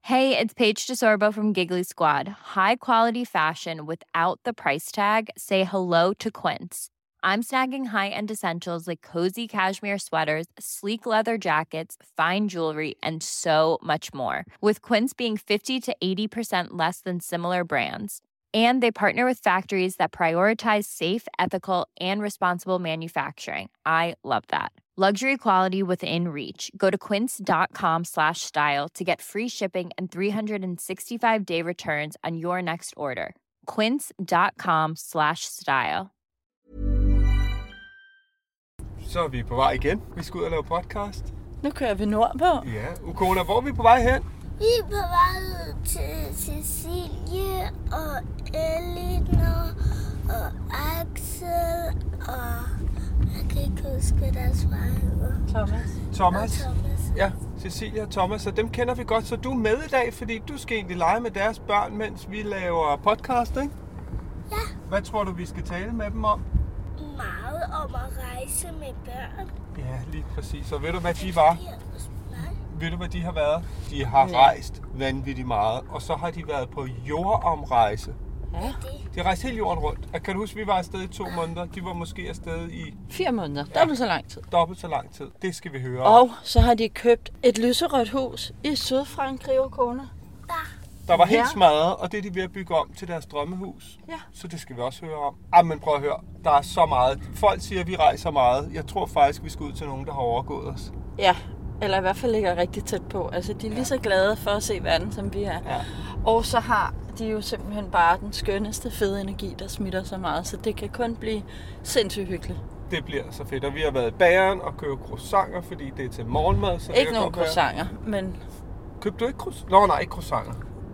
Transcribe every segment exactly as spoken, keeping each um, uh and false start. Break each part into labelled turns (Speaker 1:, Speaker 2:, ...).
Speaker 1: Hey, it's Paige DeSorbo from Giggly Squad. High quality fashion without the price tag. Say hello to Quince. I'm snagging high-end essentials like cozy cashmere sweaters, sleek leather jackets, fine jewelry, and so much more. With Quince being fifty to eighty percent less than similar brands. And they partner with factories that prioritize safe, ethical, and responsible manufacturing. I love that. Luxury quality within reach. Go to quince.com slash style to get free shipping and three sixty-five day returns on your next order. Quince.com slash style.
Speaker 2: Så er vi på vej igen. Vi skal ud og lave podcast.
Speaker 3: Nu kører vi nordpå.
Speaker 2: Ja, Ukona, hvor er vi på vej hen?
Speaker 4: Vi er på vej ud til Cecilie og Elinor og Axel og jeg kan ikke huske deres vej.
Speaker 3: Thomas.
Speaker 2: Thomas.
Speaker 4: Og Thomas.
Speaker 2: Ja, Cecilie og Thomas, og dem kender vi godt, så du er med i dag, fordi du skal egentlig lege med deres børn, mens vi laver podcast, ikke?
Speaker 4: Ja.
Speaker 2: Hvad tror du, vi skal tale med dem om?
Speaker 4: Meget om at rejse med børn.
Speaker 2: Ja, lige præcis. Og ved du, hvad de var?
Speaker 4: Nej.
Speaker 2: Ved du, hvad de har været? De har
Speaker 3: Ja.
Speaker 2: rejst vanvittigt meget, og så har de været på jordomrejse.
Speaker 3: Ja.
Speaker 2: De har rejst hele jorden rundt. Og kan du huske, vi var afsted i to måneder? De var måske afsted i
Speaker 3: Fire måneder. Dobbelt så lang tid.
Speaker 2: dobbelt så lang tid. Det skal vi høre om.
Speaker 3: Og så har de købt et lyserødt hus i Sydfrankrig, Ukona.
Speaker 2: Der var helt
Speaker 3: Ja.
Speaker 2: smadret, og det er de ved at bygge om til deres drømmehus.
Speaker 3: Ja.
Speaker 2: Så det skal vi også høre om. Ah, men prøv at høre. Der er så meget. Folk siger, at vi rejser meget. Jeg tror faktisk, vi skal ud til nogen, der har overgået os.
Speaker 3: Ja, eller i hvert fald ligger rigtig tæt på. Altså, de er lige så glade for at se verden, som vi er.
Speaker 2: Ja.
Speaker 3: Og så har de jo simpelthen bare den skønneste, fede energi, der smitter så meget. Så det kan kun blive sindssygt hyggeligt.
Speaker 2: Det bliver så fedt. Og vi har været i bageren og købt croissanter, fordi det er til morgenmad. Så det
Speaker 3: Ikke
Speaker 2: kan
Speaker 3: nogen
Speaker 2: godt være-
Speaker 3: croissanter, men
Speaker 2: Købte du ikke croissanter? Nå, nej, ikke croissanter.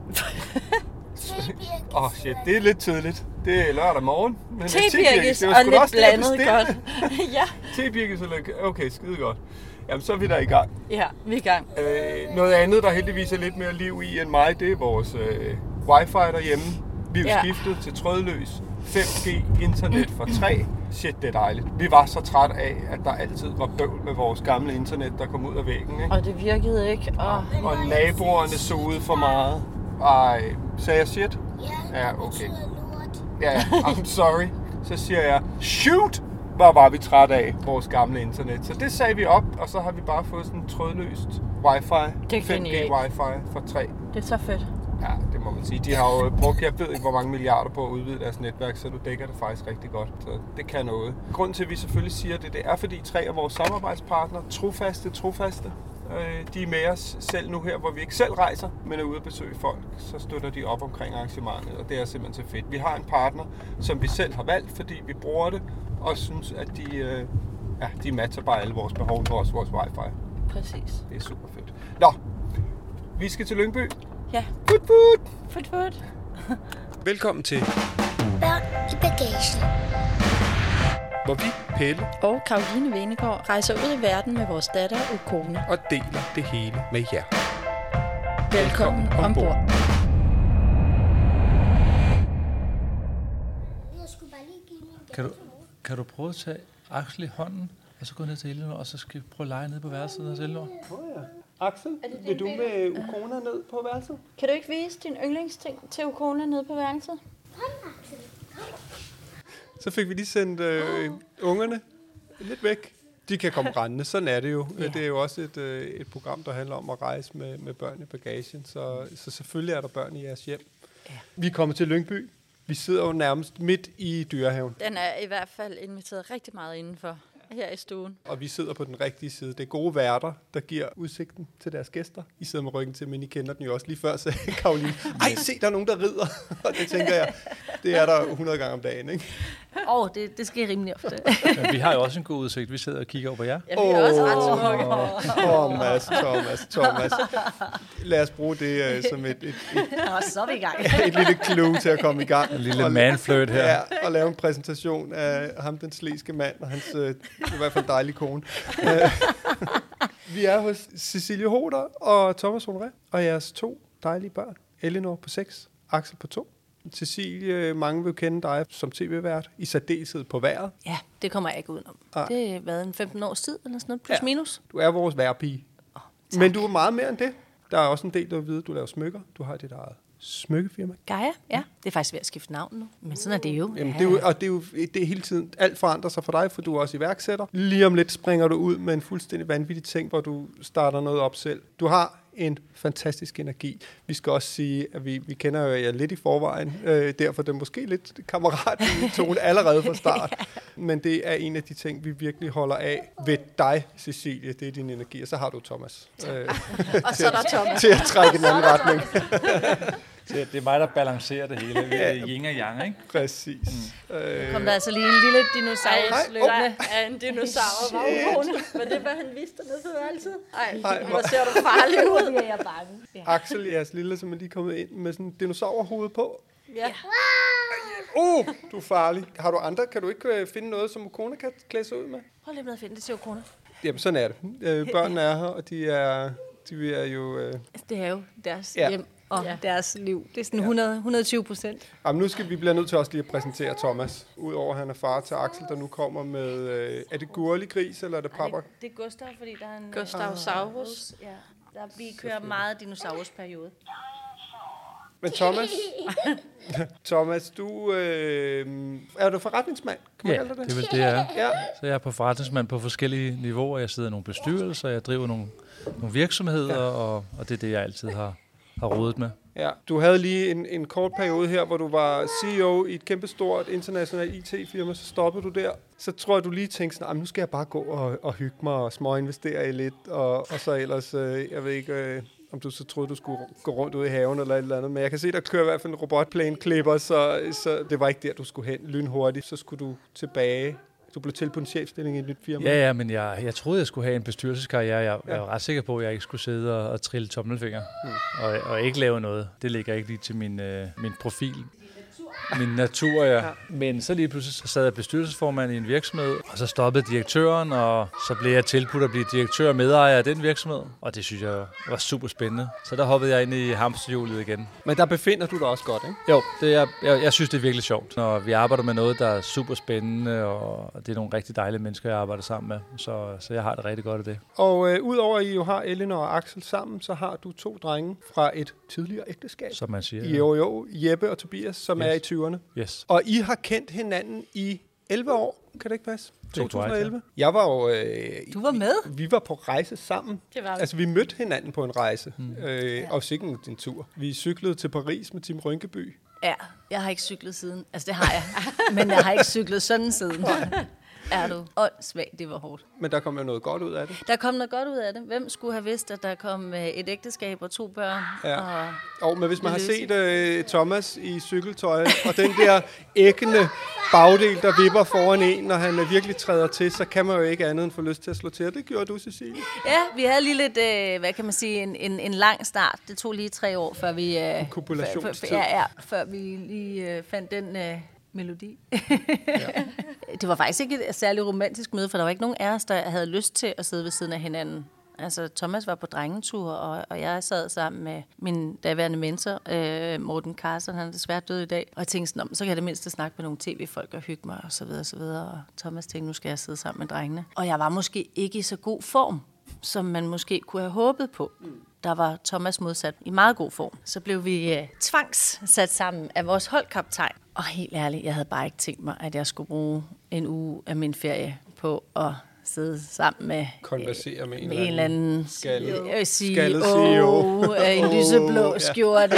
Speaker 2: Åh, oh, shit. Det er lidt tidligt. Det er lørdag morgen. Men
Speaker 3: tebirkes
Speaker 2: det var
Speaker 3: og
Speaker 2: sgu da
Speaker 3: lidt
Speaker 2: også det, jeg
Speaker 3: blandet
Speaker 2: bestilte.
Speaker 3: godt. Ja.
Speaker 2: Tebirkes og lidt... Okay, skide godt. Jamen, så er vi der i gang.
Speaker 3: Ja, vi er i gang.
Speaker 2: Øh, noget andet, der heldigvis er lidt mere liv i end mig, det er vores øh, wifi derhjemme. Vi er jo
Speaker 3: Ja.
Speaker 2: skiftet til trådløs fem G internet for tre. Shit, det er dejligt. Vi var så træt af, at der altid var bøvl med vores gamle internet, der kom ud af væggen. Ikke?
Speaker 3: Og det virkede ikke. Og
Speaker 2: Og naboerne så ud for meget. Ej, sagde jeg shit?
Speaker 4: Ja,
Speaker 2: Ja,
Speaker 4: det
Speaker 2: okay.
Speaker 4: betyder lort.
Speaker 2: Ja, I'm sorry. Så siger jeg, shoot! Hvor var vi træt af vores gamle internet. Så det sagde vi op, og så har vi bare fået sådan en trådløst wifi.
Speaker 3: Det er
Speaker 2: fem G
Speaker 3: genialt.
Speaker 2: wifi for tre.
Speaker 3: det er så fedt.
Speaker 2: Ja, det må man sige. De har jo brugt, jeg ved ikke, hvor mange milliarder på at udvide deres netværk, så nu dækker det faktisk rigtig godt. Så det kan noget. Grunden til, at vi selvfølgelig siger det, det er, fordi tre af vores samarbejdspartnere, trofaste, trofaste, øh, de er med os selv nu her, hvor vi ikke selv rejser, men er ude at besøge folk. Så støtter de op omkring arrangementet, og det er simpelthen så fedt. Vi har en partner, som vi selv har valgt, fordi vi bruger det, og synes, at de, øh, ja, de matcher bare alle vores behov for os, vores wifi.
Speaker 3: Præcis.
Speaker 2: Det er super fedt. Nå, vi skal til Lyngby.
Speaker 3: Ja.
Speaker 2: Put, put.
Speaker 3: Fut, fut.
Speaker 2: Velkommen til,
Speaker 4: Børn i bagagen.
Speaker 2: hvor vi, Pelle,
Speaker 3: Og Karoline Venegård rejser ud i verden med vores datter Ukona.
Speaker 2: og deler det hele med jer.
Speaker 3: Velkommen ombord.
Speaker 4: Jeg skulle bare lige give min
Speaker 5: Kan du, kan du prøve at tage Axel i hånden, og så gå ned til Elinor, og så skal vi prøve at lege nede på værelset hos Elinor?
Speaker 2: Oh, ja. Axel, vil du med Ukona ned på værelset?
Speaker 3: Kan du ikke vise din yndlingsting til Ukona nede på værelset?
Speaker 2: Så fik vi lige sendt øh, ungerne lidt væk. De kan komme rendende, sådan er det jo.
Speaker 3: Ja.
Speaker 2: Det er jo også et, øh, et program, der handler om at rejse med, med børn i bagagen, så, så selvfølgelig er der børn i jeres hjem.
Speaker 3: Ja.
Speaker 2: Vi er kommet til Lyngby. Vi sidder jo nærmest midt i Dyrehaven,
Speaker 3: Den er i hvert fald inviteret rigtig meget indenfor her i stuen.
Speaker 2: og vi sidder på den rigtige side. Det er gode værter, der giver udsigten til deres gæster. I sidder med ryggen til, men I kender den jo også lige før, sagde Karoline. Ej, se, der er nogen, der rider. Og det tænker jeg, det er der hundrede gange om dagen, ikke?
Speaker 6: Åh, oh, det, det sker rimelig ofte.
Speaker 5: Ja, vi har jo også en god udsigt. Vi sidder og kigger over på jer.
Speaker 3: Ja, vi er også ret smukke.
Speaker 2: Thomas, Thomas, Thomas. Lad os bruge det uh, som et, et, et,
Speaker 6: Og så er vi i gang.
Speaker 2: et lille clue til at komme i gang.
Speaker 5: En lille
Speaker 2: Og-
Speaker 5: manflirt her.
Speaker 2: Ja, og lave en præsentation af ham, den sleske mand, og hans uh, i hvert fald dejlige kone. Uh, vi er hos Cecilie Hoder og Thomas Honoré, og jeres to dejlige børn. Elinor på seks, Axel på to. Cecilie, mange vil kende dig som tv-vært, i særdeleshed på vejret.
Speaker 6: Ja, det kommer jeg ikke udenom.
Speaker 2: Ej.
Speaker 6: Det har været en femten års tid, eller sådan noget, plus
Speaker 2: Ja.
Speaker 6: minus.
Speaker 2: Du er vores vejrpige. Oh, men du er meget mere end det. Der er også en del, der vil vide, du laver smykker. Du har dit eget smykkefirma.
Speaker 6: Gaia, ja. Det er faktisk ved at skifte navn nu. Men sådan er det jo.
Speaker 2: Jamen, det er jo, og det er jo det er hele tiden, alt forandrer sig for dig, for du er også iværksætter. Lige om lidt springer du ud med en fuldstændig vanvittig ting, hvor du starter noget op selv. Du har en fantastisk energi. Vi skal også sige, at vi, vi kender jo jer lidt i forvejen, øh, derfor er det måske lidt kammerat-tone allerede fra start. Men det er en af de ting, vi virkelig holder af ved dig, Cecilie. Det er din energi, og så har du Thomas. Øh,
Speaker 3: Og så er der Thomas.
Speaker 2: til at trække en anden retning.
Speaker 5: Det er mig, der balancerer det hele. Vi er yin og yang, ikke?
Speaker 2: Præcis. Mm. Øh,
Speaker 6: Kom der altså lige en lille dinosaurus
Speaker 3: Ej, løbende af en dinosaur var uroende. Men det var han vidste nede ved altid. Ej,
Speaker 2: Ej,
Speaker 3: hvor ser du farlig ud.
Speaker 6: bliver jeg bange. Ja.
Speaker 2: Axel, jeres lille, som er lige kommet ind med sådan en dinosaurhoved på.
Speaker 3: Ja.
Speaker 2: Uh, du er farlig. Har du andre? Kan du ikke øh, finde noget, som Okona kan klæde sig ud med?
Speaker 6: Prøv lige med at finde det til kroner.
Speaker 2: Jamen, sådan er det. Øh, børnene er her, og de er, de er jo... Øh,
Speaker 6: Det er jo deres
Speaker 2: Ja.
Speaker 6: ja. hjem og
Speaker 3: Ja.
Speaker 6: ja. deres liv. Det er sådan hundrede, hundrede og tyve procent.
Speaker 2: jamen, nu skal vi blive nødt til også lige at præsentere Thomas. Udover at han er far til Axel, der nu kommer med... Øh, er det Gurli Gris, eller er det Papa?
Speaker 6: Det er Gustav, fordi der er en...
Speaker 3: Gustavsaurus.
Speaker 6: Ja, der, vi kører meget dinosaurusperiode.
Speaker 2: Men Thomas, Thomas, du øh, er du forretningsmand? Kan man
Speaker 5: Ja,
Speaker 2: kalde dig
Speaker 5: det er vel det, jeg er.
Speaker 2: Ja.
Speaker 5: Så jeg er på forretningsmand på forskellige niveauer. Jeg sidder i nogle bestyrelser, jeg driver nogle, nogle virksomheder, ja. og, og det er det, jeg altid har, har rodet med.
Speaker 2: Ja, du havde lige en, en kort periode her, hvor du var C E O i et kæmpestort internationalt I T-firma, så stoppede du der. Så tror jeg, du lige tænkte sådan, nu skal jeg bare gå og, og hygge mig og småinvestere i lidt, og, og så ellers, øh, jeg ved ikke, øh, om du så troede, du skulle gå rundt ude i haven eller et eller andet, men jeg kan se, der kører i hvert fald en robotplæneklipper, så, så det var ikke der, du skulle hen lynhurtigt, så skulle du tilbage. Du blev til på en chefstilling i et nyt firma.
Speaker 5: Ja, ja, men jeg, jeg troede, jeg skulle have en bestyrelseskarriere. Jeg, jeg var ret sikker på, at jeg ikke skulle sidde og, og trille tommelfinger mm. og, og ikke lave noget. Det ligger ikke lige til min, øh, min profil. Min natur, ja. Men så lige pludselig så sad jeg bestyrelsesformand i en virksomhed, og så stoppede direktøren, og så blev jeg tilbudt at blive direktør og medejer af den virksomhed. Og det synes jeg var super spændende. Så der hoppede jeg ind i hamsterhjulet igen.
Speaker 2: Men der befinder du dig også godt, ikke?
Speaker 5: Jo, det er, jeg, jeg synes, det er virkelig sjovt, når vi arbejder med noget, der er super spændende, og det er nogle rigtig dejlige mennesker, jeg arbejder sammen med. Så, så jeg har det rigtig godt af det.
Speaker 2: Og øh, udover at I jo har Elinor og Axel sammen, så har du to drenge fra et tidligere ægteskab.
Speaker 5: Som man siger.
Speaker 2: Jo, jo, Jeppe og Tobias, som
Speaker 5: Yes.
Speaker 2: er i tyverne.
Speaker 5: Yes.
Speaker 2: Og I har kendt hinanden i elleve år, kan det ikke passe?
Speaker 5: Det er
Speaker 2: to tusind og elleve.
Speaker 5: korrekt,
Speaker 2: Jeg var jo... Øh,
Speaker 6: Du var med?
Speaker 2: Vi var på rejse sammen.
Speaker 3: Det var vi.
Speaker 2: Altså, vi mødte hinanden på en rejse. Mm. Øh, ja. Og sikkert en tur. Vi cyklede til Paris med Tim Rynkeby.
Speaker 6: Ja, jeg har ikke cyklet siden. Altså, det har jeg. Men jeg har ikke cyklet sådan siden. Er du åndssvag, det var hårdt.
Speaker 2: Men der kom jo noget godt ud af det.
Speaker 6: Der kom noget godt ud af det. Hvem skulle have vidst, at der kom øh, et ægteskab og to børn?
Speaker 2: Ja.
Speaker 6: Og
Speaker 2: Og men hvis man har
Speaker 6: Løse.
Speaker 2: set øh, Thomas i cykeltøj, og den der æggende bagdel, der vipper foran en, når han øh, virkelig træder til, så kan man jo ikke andet end få lyst til at slå til. Og det gjorde du, Cecilie.
Speaker 6: ja, vi havde lige lidt, øh, hvad kan man sige, en, en, en lang start. Det tog lige tre år, før vi... Øh,
Speaker 2: En kopulationstid.
Speaker 6: før, ja, ja, før vi lige øh, fandt den øh, melodi. ja. Det var faktisk ikke et særligt romantisk møde, for der var ikke nogen af os, der havde lyst til at sidde ved siden af hinanden. Altså, Thomas var på drengetur, og, og jeg sad sammen med min daværende mentor, øh, Morten Carson, han er desværre død i dag. Og jeg tænkte sådan, om, så kan jeg det mindste snakke med nogle tv-folk og hygge mig, og så videre, og så videre. Og Thomas tænkte, nu skal jeg sidde sammen med drengene. Og jeg var måske ikke i så god form, som man måske kunne have håbet på. Der var Thomas modsat i meget god form. Så blev vi øh, tvangs sat sammen af vores holdkaptajn. Og helt ærligt, jeg havde bare ikke tænkt mig, at jeg skulle bruge en uge af min ferie på at sidde sammen med,
Speaker 2: Konversere med en,
Speaker 6: med en eller anden
Speaker 2: skaldet-
Speaker 6: jeg vil sige,
Speaker 2: skaldet C E O.
Speaker 6: åh, en lyseblå
Speaker 2: Åh, ja.
Speaker 6: skjorte.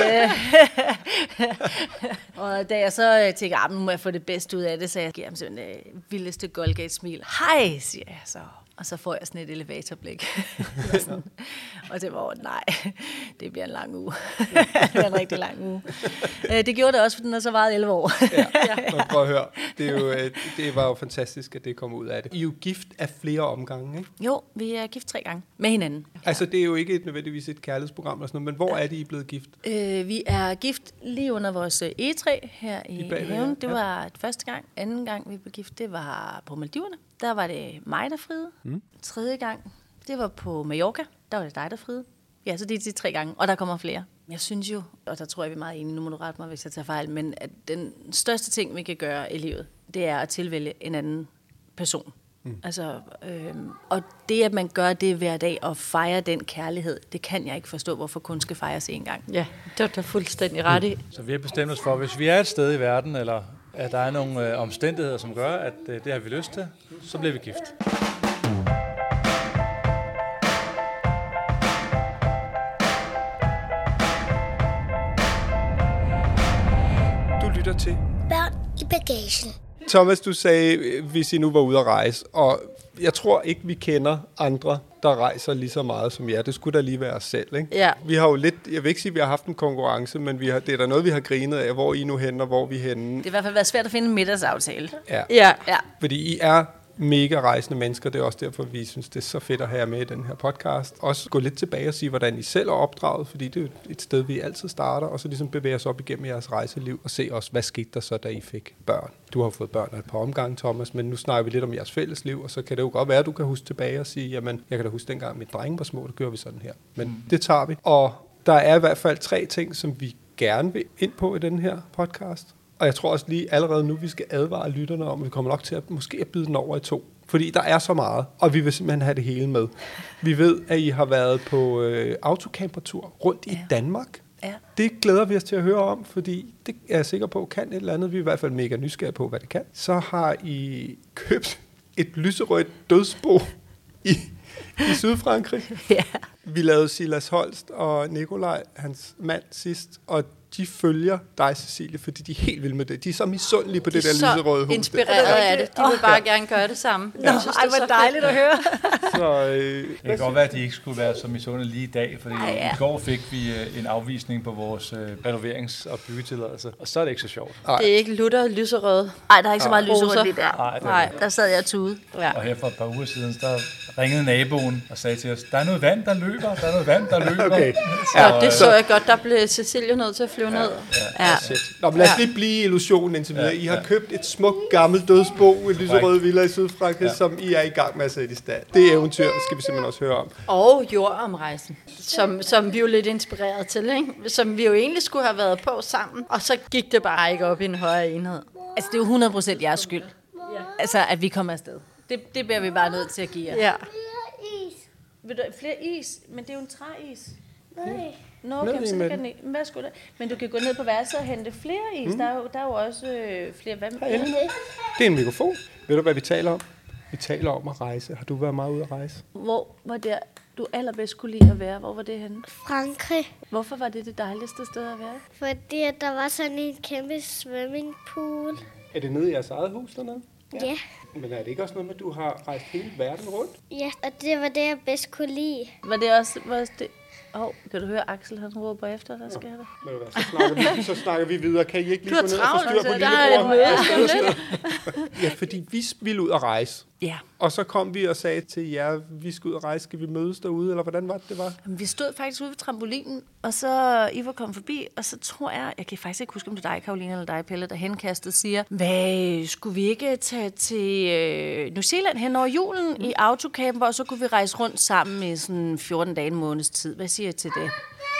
Speaker 6: Og da jeg så øh, tænkte, at nu må jeg få det bedste ud af det, så jeg giver ham sådan det øh, vildeste Goldgate-smil. Hej, siger jeg så. Og så får jeg sådan et elevatorblik. Sådan. Og det var, nej, det bliver en lang uge. Det bliver en rigtig lang uge. Øh, Det gjorde det også, for den har så varet elleve år.
Speaker 2: Ja, nå, prøv at høre. Det, er jo, øh, det var jo fantastisk, at det kom ud af det. I er jo gift af flere omgange, ikke?
Speaker 6: Jo, vi er gift tre gange med hinanden.
Speaker 2: Altså, det er jo ikke et, nødvendigvis et kærlighedsprogram eller sådan noget, men hvor er det, I er blevet gift?
Speaker 6: Øh, vi er gift lige under vores øh, egetræ her i,
Speaker 2: I
Speaker 6: I
Speaker 2: bagved,
Speaker 6: haven. Det
Speaker 2: ja.
Speaker 6: var første gang. Anden gang, vi blev gift, det var på Maldiverne. Der var det mig, der friede. Mm. Tredje gang, det var på Mallorca. Der var det dig, der friede. Ja, så det er de tre gange, og der kommer flere. Jeg synes jo, og der tror jeg, vi er meget enige, nu må du rette mig, hvis jeg tager fejl, men at den største ting, vi kan gøre i livet, det er at tilvælge en anden person. Mm. Altså, øh, og det, at man gør det hver dag og fejrer den kærlighed, det kan jeg ikke forstå, hvorfor kun skal fejres en gang.
Speaker 3: Ja, det er der fuldstændig ret i.
Speaker 5: Så vi har bestemt os for, hvis vi er et sted i verden, eller at der er nogle øh, omstændigheder, som gør, at øh, det har vi lyst til, så bliver vi gift.
Speaker 2: Du lytter til
Speaker 4: Børn i bagagen.
Speaker 2: Thomas, du sagde, hvis I nu var ude at rejse, og jeg tror ikke, vi kender andre, der rejser lige så meget som jer. Det skulle da lige være os selv, ikke?
Speaker 3: Ja.
Speaker 2: Vi har jo lidt, jeg vil ikke sige, at vi har haft en konkurrence, men vi har, det er da noget, vi har grinet af, hvor I nu henne, og hvor vi henne.
Speaker 6: Det har i hvert fald været svært at finde en middagsaftale.
Speaker 2: Ja.
Speaker 3: Ja.
Speaker 6: Ja.
Speaker 2: Fordi I er mega rejsende mennesker. Det er også derfor, vi synes, det er så fedt at have jer med i den her podcast. Også gå lidt tilbage og sige, hvordan I selv er opdraget, fordi det er jo et sted, vi altid starter, og så ligesom bevæge os op igennem jeres rejseliv og se også, hvad skete der så, da I fik børn. Du har fået børn af et par omgange, Thomas, men nu snakker vi lidt om jeres fælles liv, og så kan det jo godt være, at du kan huske tilbage og sige, jamen, jeg kan da huske dengang mit drenge var små, det gør vi sådan her. Men mm. det tager vi. Og der er i hvert fald tre ting, som vi gerne vil ind på i den her podcast. Og jeg tror også lige allerede nu, vi skal advare lytterne om, at vi kommer nok til at måske at byde den over i to. Fordi der er så meget, og vi vil simpelthen have det hele med. Vi ved, at I har været på øh, autocampertur rundt i
Speaker 6: Ja.
Speaker 2: Danmark.
Speaker 6: Ja.
Speaker 2: Det glæder vi os til at høre om, fordi det er jeg sikker på, kan et eller andet. Vi er i hvert fald mega nysgerrige på, hvad det kan. Så har I købt et lyserødt dødsbo i, i Sydfrankrig.
Speaker 6: Ja.
Speaker 2: Vi lavede Silas Holst og Nikolaj, hans mand, sidst, og de følger dig, Cecilie, fordi de er helt vilde med det. De er så misundelige på
Speaker 3: De
Speaker 2: det
Speaker 3: er
Speaker 2: der
Speaker 3: så
Speaker 2: lyserøde hus.
Speaker 3: inspireret af det. De vil bare gerne gøre det samme.
Speaker 6: Nå, ej, hvor dejligt at høre.
Speaker 2: Så, øh,
Speaker 5: Det kan godt være, at de ikke skulle være så misundelige lige i dag, fordi
Speaker 6: Ej, ja.
Speaker 5: i går fik vi øh, en afvisning på vores øh, renoverings- og byggetilladelse, og så er det ikke så sjovt.
Speaker 3: Det er ikke lutter lyserøde.
Speaker 6: Nej, der er ikke så meget
Speaker 3: Roser.
Speaker 6: lyserødt lige der.
Speaker 5: Nej, det er
Speaker 3: Nej.
Speaker 6: Der sad jeg og tude.
Speaker 3: Ja.
Speaker 5: Og her for et par uger siden, der ringede naboen og sagde til os, der er noget vand, der løber, der er noget vand, der løber.
Speaker 2: Okay.
Speaker 3: Ja, det så jeg godt. Der blev Cecilie nødt til at flyve ned.
Speaker 6: Ja.
Speaker 2: Shit. Nå, men lad os
Speaker 3: Ja.
Speaker 2: lige blive i illusionen indtil videre.
Speaker 5: Ja,
Speaker 2: I har
Speaker 5: ja.
Speaker 2: købt et smukt gammelt dødsbo, et lyserød villa i Sydfrankrig,
Speaker 5: Ja.
Speaker 2: som I er i gang med at sætte i stand. Det eventyr skal vi simpelthen også høre om.
Speaker 3: Og jordomrejsen, som, som vi jo lidt inspireret til, ikke? Som vi jo egentlig skulle have været på sammen. Og så gik det bare ikke op i en højere enhed.
Speaker 6: Altså, det er jo hundrede procent jeres skyld. Altså, at vi kommer afsted. Det, det bliver vi bare nødt til at give jer.
Speaker 3: Ja.
Speaker 4: Flere is.
Speaker 6: Vil du flere is? Men det er jo en træis.
Speaker 4: Nej.
Speaker 6: Nå, okay,
Speaker 2: Ned i
Speaker 6: så
Speaker 2: med
Speaker 6: kan den ikke. Hvad skulle det? Men du kan gå ned på værelset og hente flere is. Mm. Der, er jo, der er jo også øh, flere vand.
Speaker 2: Herinde. Det er en mikrofon. Ved du, hvad vi taler om? Vi taler om at rejse. Har du været meget ude at rejse?
Speaker 6: Hvor var det, du allerbedst kunne lide at være? Hvor var det henne?
Speaker 4: Frankrig.
Speaker 6: Hvorfor var det det dejligste sted at være?
Speaker 4: Fordi at der var sådan en kæmpe swimmingpool.
Speaker 2: Er det nede i jeres eget hus dernede?
Speaker 4: Ja.
Speaker 2: Men er det ikke også noget med, at du har rejst hele verden rundt?
Speaker 4: Ja, og det var det, jeg bedst kunne lide.
Speaker 6: Var det også... Var det Åh, oh, kan du høre Axel, han råber efter, der skal der?
Speaker 2: Ved du hvad, så snakker, vi, så snakker vi videre. Kan I ikke lige
Speaker 3: Du
Speaker 2: gå
Speaker 3: har
Speaker 2: ned og få
Speaker 3: travlt,
Speaker 2: styr på
Speaker 3: altså. Der er et
Speaker 2: lillebror?
Speaker 3: møde.
Speaker 2: Ja, fordi vi ville ud at rejse.
Speaker 6: Ja.
Speaker 2: Og så kom vi og sagde til jer, vi skal ud og rejse, skal vi mødes derude, eller hvordan var det, det var?
Speaker 6: Jamen, vi stod faktisk ude ved trampolinen, og så I var kommet forbi, og så tror jeg, jeg kan faktisk ikke huske, om det er dig, Karoline, eller dig, Pelle, der henkastet siger, hvad, skulle vi ikke tage til øh, New Zealand hen over julen mm. i autocamper, og så kunne vi rejse rundt sammen i sådan fjorten dage, en måneds tid. Hvad siger jeg til det?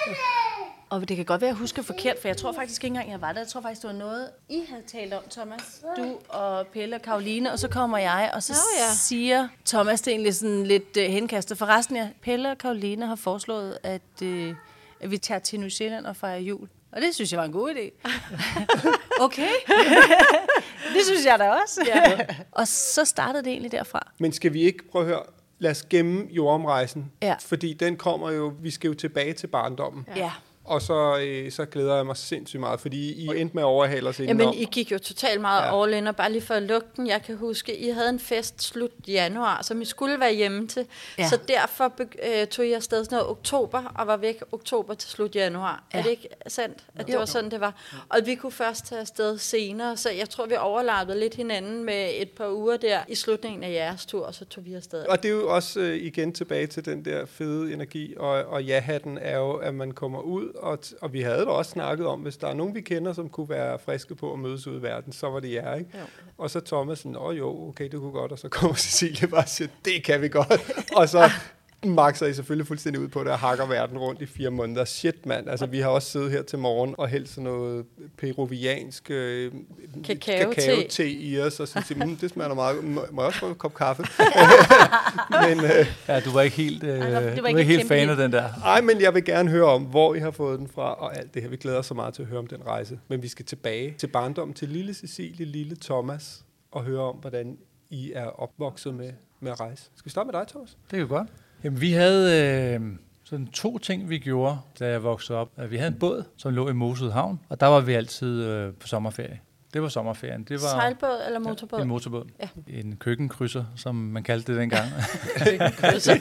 Speaker 6: Og det kan godt være, at jeg husker forkert, for jeg tror faktisk ikke engang, jeg var der. Jeg tror faktisk, det var noget, I havde talt om, Thomas. Du og Pelle og Karoline, og så kommer jeg, og så
Speaker 3: Nå, ja.
Speaker 6: siger Thomas det egentlig sådan lidt øh, henkastet. Forresten, ja, Pelle og Karoline har foreslået, at, øh, at vi tager til New Zealand og fejrer jul. Og det synes jeg var en god idé. Okay. Det synes jeg da også. Ja. Og så startede det egentlig derfra.
Speaker 2: Men skal vi ikke prøve at høre, lad os gemme jordomrejsen,
Speaker 6: Ja.
Speaker 2: fordi den kommer jo, vi skal jo tilbage til barndommen.
Speaker 6: Ja.
Speaker 2: Og så, øh, så glæder jeg mig sindssygt meget, fordi I endte med at overhale os indenom.
Speaker 3: Jamen, I gik jo totalt meget
Speaker 2: Ja.
Speaker 3: ja. all in, og bare lige for at lukke den, jeg kan huske, I havde en fest slut januar, som I skulle være hjemme til.
Speaker 6: Ja.
Speaker 3: Ja. Så derfor øh, tog I afsted sådan noget oktober, og var væk oktober til slut januar.
Speaker 6: Ja.
Speaker 3: Er det ikke sandt, at det
Speaker 6: Jo.
Speaker 3: var sådan, det var? Og vi kunne først tage afsted senere, så jeg tror, vi overlappede lidt hinanden med et par uger der i slutningen af jeres tur, og så tog vi afsted.
Speaker 2: Og det er jo også øh, igen tilbage til den der fede energi, og, og ja-hatten er jo, at man kommer ud, og, t- og vi havde da også snakket om, hvis der er nogen, vi kender, som kunne være friske på at mødes ude i verden, så var det jer, ikke?
Speaker 3: Jo.
Speaker 2: Og så Thomas sådan, åh jo, okay, det kunne godt, og så kommer Cecilie bare og siger, det kan vi godt. Og så makser I selvfølgelig fuldstændig ud på det og hakker verden rundt i fire måneder. Shit, mand. Altså, vi har også siddet her til morgen og hældt sådan noget peruviansk øh, kakao-te i os, og så siger, mm, det smager meget. Må, må jeg også få en kop kaffe? men, øh,
Speaker 5: ja, du var ikke helt, øh,
Speaker 6: Ej,
Speaker 5: du
Speaker 6: ikke
Speaker 5: var ikke helt fan af den der.
Speaker 2: Nej, men jeg vil gerne høre om, hvor I har fået den fra, og alt det her. Vi glæder os så meget til at høre om den rejse. Men vi skal tilbage til barndommen, til lille Cecilie, lille Thomas, og høre om, hvordan I er opvokset med, med at rejse. Skal vi starte med dig, Thomas?
Speaker 5: Det kan vi godt. Jamen, vi havde øh, sådan to ting, vi gjorde, da jeg voksede op. Vi havde en båd, som lå i Mosel Havn, og der var vi altid øh, på sommerferie. Det var sommerferien. Det var
Speaker 3: sejlbåd eller motorbåd?
Speaker 5: Ja, en motorbåd.
Speaker 3: Ja.
Speaker 5: En køkkenkrydser, som man kaldte det dengang.
Speaker 3: Køkkenkrydser.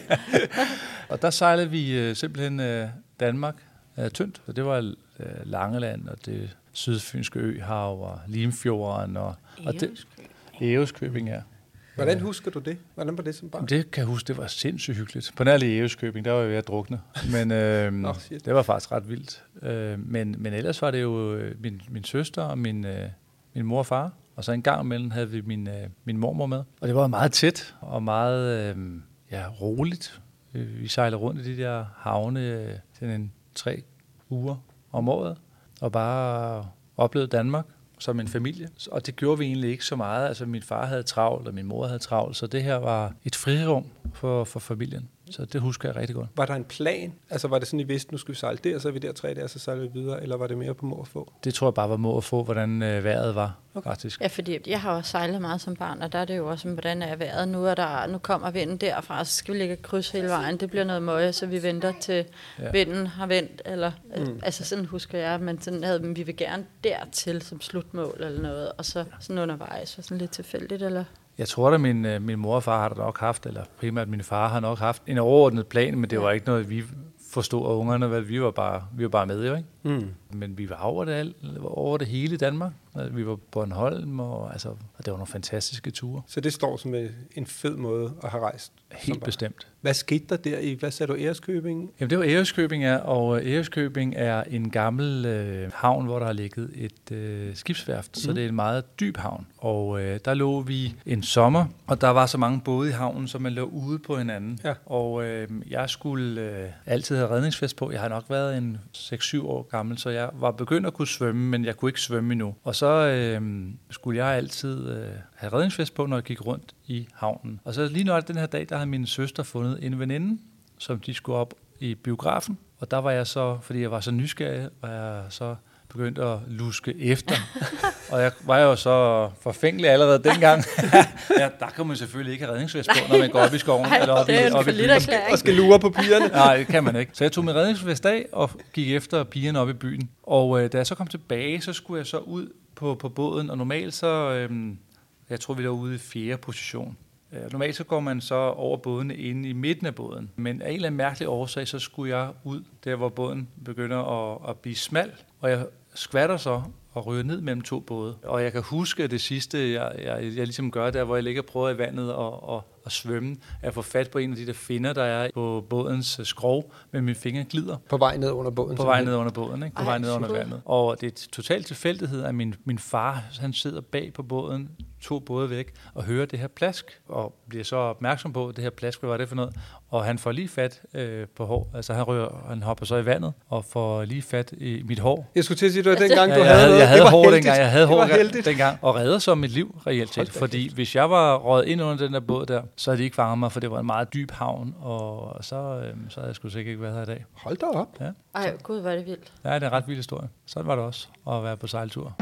Speaker 5: Og der sejlede vi øh, simpelthen øh, Danmark øh, tyndt. Så det var øh, Langeland og det sydfynske øhav og Limfjorden og, og det, Ærøskøbing, ja.
Speaker 2: Hvordan husker du det? Hvordan var det som barn?
Speaker 5: Det kan jeg huske, det var sindssygt hyggeligt. På nærlig Ærøskøbing, der var jeg ved at drukne. Men øh, oh, det var faktisk ret vildt. Øh, men, men ellers var det jo min, min søster og min, øh, min mor og far. Og så en gang imellem havde vi min, øh, min mormor med. Og det var meget tæt og meget øh, ja, roligt. Vi sejlede rundt i de der havne øh, sådan en tre uger om året. Og bare oplevede Danmark som en familie, og det gjorde vi egentlig ikke så meget. Altså min far havde travlt, og min mor havde travlt, så det her var et frirum for, for familien. Så det husker jeg rigtig godt.
Speaker 2: Var der en plan? Altså var det sådan, I vidste, nu skal vi sejle der, så er vi der tre dage, så sejler vi videre, eller var det mere på må at få?
Speaker 5: Det tror jeg bare var må at få, hvordan øh, vejret var, okay. faktisk.
Speaker 3: Ja, fordi jeg har også sejlet meget som barn, og der er det jo også, hvordan er vejret. Nu, er der, nu kommer vinden derfra, så skal vi ligge kryds hele vejen. Det bliver noget møje, så vi venter til ja. vinden har vendt. Eller, mm. Altså sådan husker jeg, men sådan havde, vi vil gerne dertil som slutmål eller noget, og så sådan undervejs, og sådan lidt tilfældigt, eller...
Speaker 5: Jeg tror, at min, min mor og far har nok haft, eller primært min far har nok haft en overordnet plan, men det var ikke noget, vi forstod af ungerne, hvad vi var bare, vi var bare med, jo, ikke? Mm. Men vi var over det, alt, over det hele i Danmark. Vi var på Bornholm, og, altså, og det var nogle fantastiske ture.
Speaker 2: Så det står som en fed måde at have rejst?
Speaker 5: Helt bestemt.
Speaker 2: Hvad skete der der i, hvad sagde du, Ærøskøbing?
Speaker 5: Jamen det var Ærøskøbing, ja, og Ærøskøbing er en gammel øh, havn, hvor der har ligget et øh, skibsværft, mm. så det er en meget dyb havn. Og øh, der lå vi en sommer, og der var så mange både i havnen, så man lå ude på hinanden. Ja. Og øh, jeg skulle øh, altid have redningsvest på. Jeg har nok været en seks syv år gammel, så jeg var begyndt at kunne svømme, men jeg kunne ikke svømme endnu. Og så øh, skulle jeg altid øh, have redningsvest på, når jeg gik rundt i havnen. Og så lige når den her dag, der havde min søster fundet en veninde, som de skulle op i biografen. Og der var jeg så, fordi jeg var så nysgerrig, var jeg så begyndt at luske efter. Og jeg var jo så forfængelig allerede dengang. Ja, der kan man selvfølgelig ikke have redningsvest på, når man går op i skoven.
Speaker 3: Ej,
Speaker 5: eller op
Speaker 3: det er
Speaker 5: i,
Speaker 3: en
Speaker 5: op i
Speaker 3: falliterklæring.
Speaker 2: Og skal lure på pigerne.
Speaker 5: Nej, det kan man ikke. Så jeg tog min redningsvest af og gik efter pigerne op i byen. Og øh, da jeg så kom tilbage, så skulle jeg så ud på, på båden. Og normalt så, øh, jeg tror vi var ude i fjerde position. Normalt så går man så over bådene inde i midten af båden. Men af en eller anden mærkelig årsag, så skulle jeg ud der, hvor båden begynder at, at blive smal. Og jeg skvatter så og ryger ned mellem to både. Og jeg kan huske det sidste, jeg, jeg, jeg ligesom gør der, hvor jeg ligger og prøver i vandet og, og, og svømme, at få fat på en af de der finner, der er på bådens skrov, men mine fingre glider.
Speaker 2: På vej ned under båden?
Speaker 5: På vej ned under båden, ikke? På Ej, vej ned under vandet. Og det er totalt tilfældighed, at min, min far, han sidder bag på båden, to både væk, og hører det her plask, og bliver så opmærksom på, at det her plask, hvad var det for noget? Og han får lige fat øh, på hår, altså han, rører, han hopper så i vandet, og får lige fat i mit hår.
Speaker 2: Jeg skulle til at sige, det var dengang,
Speaker 5: ja,
Speaker 2: du
Speaker 5: jeg
Speaker 2: havde noget.
Speaker 5: Jeg havde
Speaker 2: det var
Speaker 5: hår
Speaker 2: heldigt.
Speaker 5: dengang, jeg havde hår
Speaker 2: heldigt.
Speaker 5: dengang, og redder så mit liv reelt set, fordi hvis jeg var røget ind under den der båd der, så havde de ikke fanget mig, for det var en meget dyb havn, og så, øh, så havde jeg sgu sikkert ikke været her i dag.
Speaker 2: Hold da op.
Speaker 5: Ja.
Speaker 3: Ej, gud, hvor er det vildt.
Speaker 5: Ja, det er en ret vild historie. Sådan var det også, at være på sejltur.